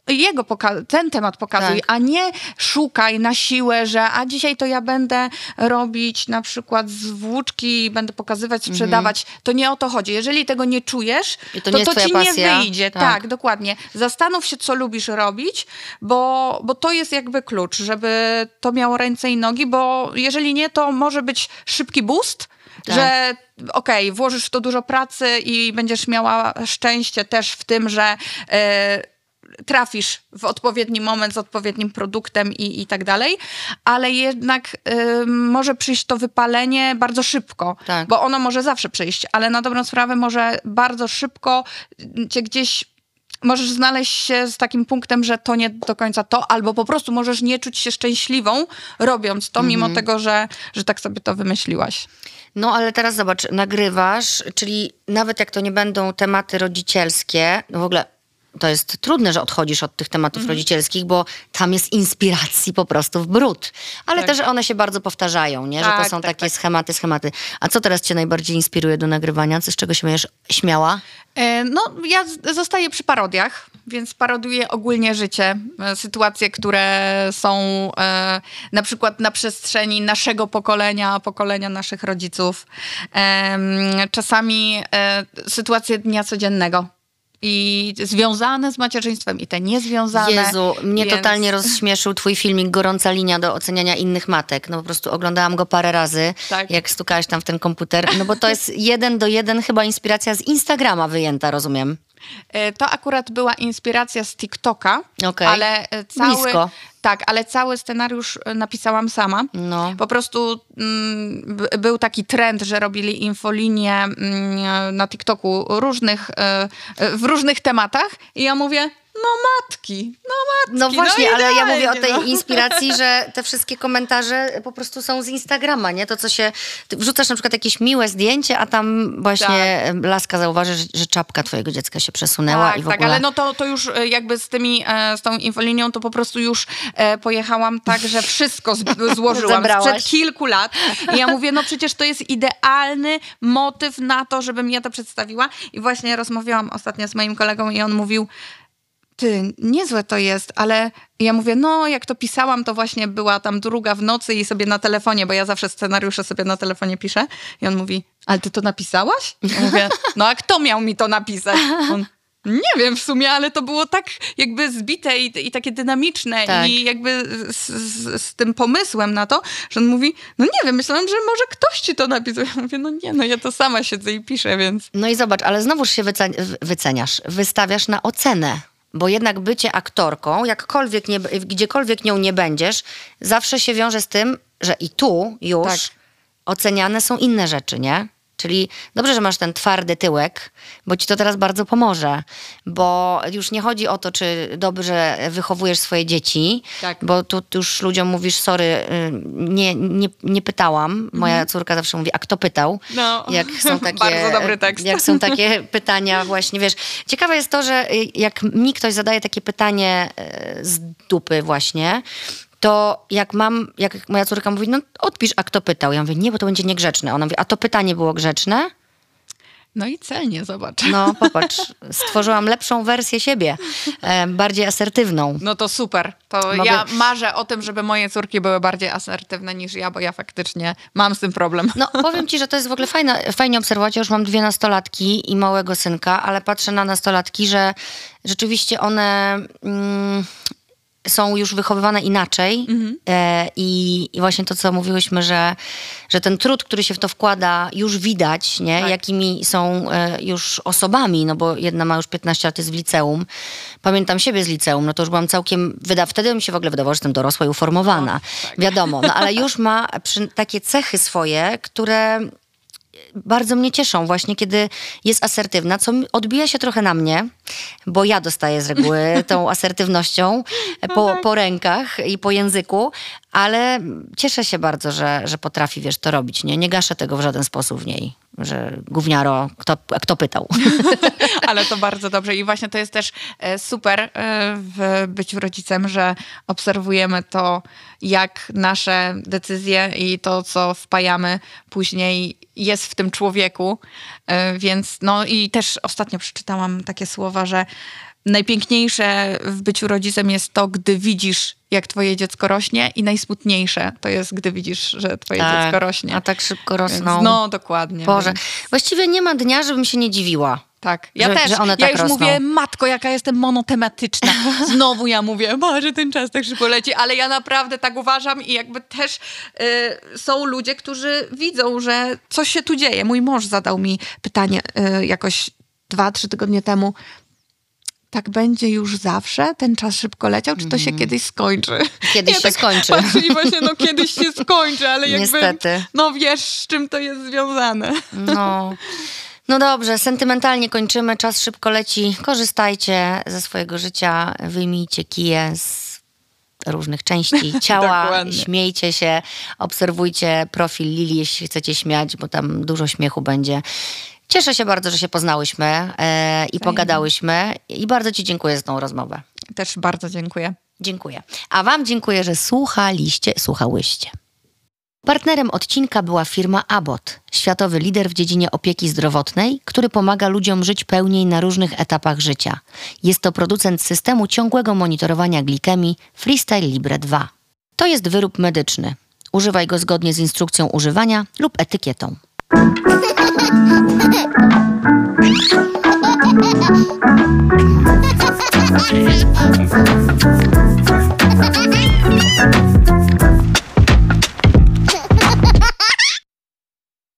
ten temat pokazuj, a nie szukaj na siłę, że a dzisiaj to ja będę robić na przykład z włóczki i będę pokazywać, sprzedawać. To nie o to chodzi. Jeżeli tego nie czujesz, to ci pasja. Nie wyjdzie. Tak, dokładnie. Zastanów się, co lubisz robić, bo to jest jakby klucz, żeby to miało ręce i nogi, bo jeżeli nie, to może być szybki boost, że włożysz w to dużo pracy i będziesz miała szczęście też w tym, że trafisz w odpowiedni moment z odpowiednim produktem i tak dalej, ale jednak może przyjść to wypalenie bardzo szybko, Tak. bo ono może zawsze przyjść, ale na dobrą sprawę może bardzo szybko cię gdzieś możesz znaleźć się z takim punktem, że to nie do końca to, albo po prostu możesz nie czuć się szczęśliwą robiąc to, mimo tego, że tak sobie to wymyśliłaś. No ale teraz zobacz, nagrywasz, czyli nawet jak to nie będą tematy rodzicielskie, no w ogóle to jest trudne, że odchodzisz od tych tematów rodzicielskich, bo tam jest inspiracji po prostu w bród. Ale Tak. też one się bardzo powtarzają, nie? Że to Tak, są tak, takie tak. schematy. A co teraz cię najbardziej inspiruje do nagrywania? Z czego się będziesz śmiała? No, ja zostaję przy parodiach, więc parodiuję ogólnie życie. Sytuacje, które są na przykład na przestrzeni naszego pokolenia naszych rodziców. Czasami sytuacje dnia codziennego. I związane z macierzyństwem, i te niezwiązane. Jezu, mnie więc... totalnie rozśmieszył twój filmik Gorąca linia do oceniania innych matek. No po prostu oglądałam go parę razy, Tak. jak stukałaś tam w ten komputer. No bo to jest 1:1 chyba inspiracja z Instagrama wyjęta, rozumiem. To akurat była inspiracja z TikToka, Okej. ale Blisko. ale cały scenariusz napisałam sama. No. Po prostu był taki trend, że robili infolinie na TikToku w różnych tematach i ja mówię, no matki. No właśnie, ale ja mówię o idealnie, tej inspiracji, że te wszystkie komentarze po prostu są z Instagrama, nie? To, co się... Ty wrzucasz na przykład jakieś miłe zdjęcie, a tam właśnie laska zauważy, że czapka twojego dziecka się przesunęła i w ogóle... Tak, ale no to już jakby z tą infolinią to po prostu już pojechałam tak, że wszystko złożyłam Zebrałaś. sprzed kilku lat. I ja mówię, no przecież to jest idealny motyw na to, żebym ja to przedstawiła. I właśnie rozmawiałam ostatnio z moim kolegą i on mówił, ty, niezłe to jest, ale ja mówię, no jak to pisałam, to właśnie była tam 2 w nocy i sobie na telefonie, bo ja zawsze scenariusze sobie na telefonie piszę. I on mówi, ale ty to napisałaś? Ja mówię, no a kto miał mi to napisać? On, nie wiem w sumie, ale to było tak jakby zbite i takie dynamiczne Tak. i jakby z tym pomysłem na to, że on mówi, no nie wiem, myślałam, że może ktoś ci to napisał. Ja mówię, no nie, no ja to sama siedzę i piszę, więc... No i zobacz, ale znowuż się wyceniasz, wystawiasz na ocenę. Bo jednak bycie aktorką, gdziekolwiek nią nie będziesz, zawsze się wiąże z tym, że i tu już Tak. oceniane są inne rzeczy, nie? Czyli dobrze, że masz ten twardy tyłek, bo ci to teraz bardzo pomoże. Bo już nie chodzi o to, czy dobrze wychowujesz swoje dzieci, Tak. bo tu już ludziom mówisz, sorry, nie pytałam. Moja córka zawsze mówi, a kto pytał? No, Jak są takie, bardzo dobry tekst. Jak są takie pytania właśnie, wiesz. Ciekawe jest to, że jak mi ktoś zadaje takie pytanie z dupy właśnie, to jak moja córka mówi, no odpisz, a kto pytał? Ja mówię, nie, bo to będzie niegrzeczne. Ona mówi, a to pytanie było grzeczne? No i celnie, zobacz. No popatrz, stworzyłam lepszą wersję siebie, bardziej asertywną. No to super. To ja marzę o tym, żeby moje córki były bardziej asertywne niż ja, bo ja faktycznie mam z tym problem. No powiem ci, że to jest w ogóle fajnie obserwować. Ja już mam 2 nastolatki i małego synka, ale patrzę na nastolatki, że rzeczywiście one... są już wychowywane inaczej i właśnie to, co mówiłyśmy, że ten trud, który się w to wkłada, już widać, nie? Tak. Jakimi są już osobami, no bo jedna ma już 15 lat, jest w liceum. Pamiętam siebie z liceum, no to już byłam całkiem, wtedy mi się w ogóle wydawało, że jestem dorosła i uformowana. No, tak. Wiadomo, no ale już ma takie cechy swoje, które... bardzo mnie cieszą właśnie, kiedy jest asertywna, co odbija się trochę na mnie, bo ja dostaję z reguły tą asertywnością po rękach i po języku, ale cieszę się bardzo, że potrafi, wiesz, to robić. Nie gaszę tego w żaden sposób w niej, że gówniaro, kto pytał. Ale to bardzo dobrze i właśnie to jest też super w byciu rodzicem, że obserwujemy to, jak nasze decyzje i to, co wpajamy później jest w tym człowieku. Więc no i też ostatnio przeczytałam takie słowa, że najpiękniejsze w byciu rodzicem jest to, gdy widzisz, jak twoje dziecko rośnie i najsmutniejsze to jest, gdy widzisz, że twoje dziecko rośnie. A tak szybko rosną. Więc, no, dokładnie. Boże. Więc... Właściwie nie ma dnia, żebym się nie dziwiła. Tak, ja że, też. Że one ja tak już rosną. mówię, matko, jaka jestem monotematyczna. Znowu ja mówię, Boże, ten czas tak szybko leci, ale ja naprawdę tak uważam i jakby też są ludzie, którzy widzą, że coś się tu dzieje. Mój mąż zadał mi pytanie jakoś 2-3 tygodnie temu. tak będzie już zawsze? Ten czas szybko leciał, czy to się kiedyś skończy? Kiedyś się skończy. Patrzę i właśnie, kiedyś się skończy, ale jakby, Niestety. Wiesz, z czym to jest związane. No dobrze, sentymentalnie kończymy, czas szybko leci. Korzystajcie ze swojego życia, wyjmijcie kije z różnych części ciała, Dokładnie. śmiejcie się, obserwujcie profil Lili, jeśli chcecie śmiać, bo tam dużo śmiechu będzie. Cieszę się bardzo, że się poznałyśmy i pogadałyśmy i bardzo Ci dziękuję za tą rozmowę. Też bardzo dziękuję. Dziękuję. A Wam dziękuję, że słuchałyście. Partnerem odcinka była firma Abbott, światowy lider w dziedzinie opieki zdrowotnej, który pomaga ludziom żyć pełniej na różnych etapach życia. Jest to producent systemu ciągłego monitorowania glikemii Freestyle Libre 2. To jest wyrób medyczny. Używaj go zgodnie z instrukcją używania lub etykietą.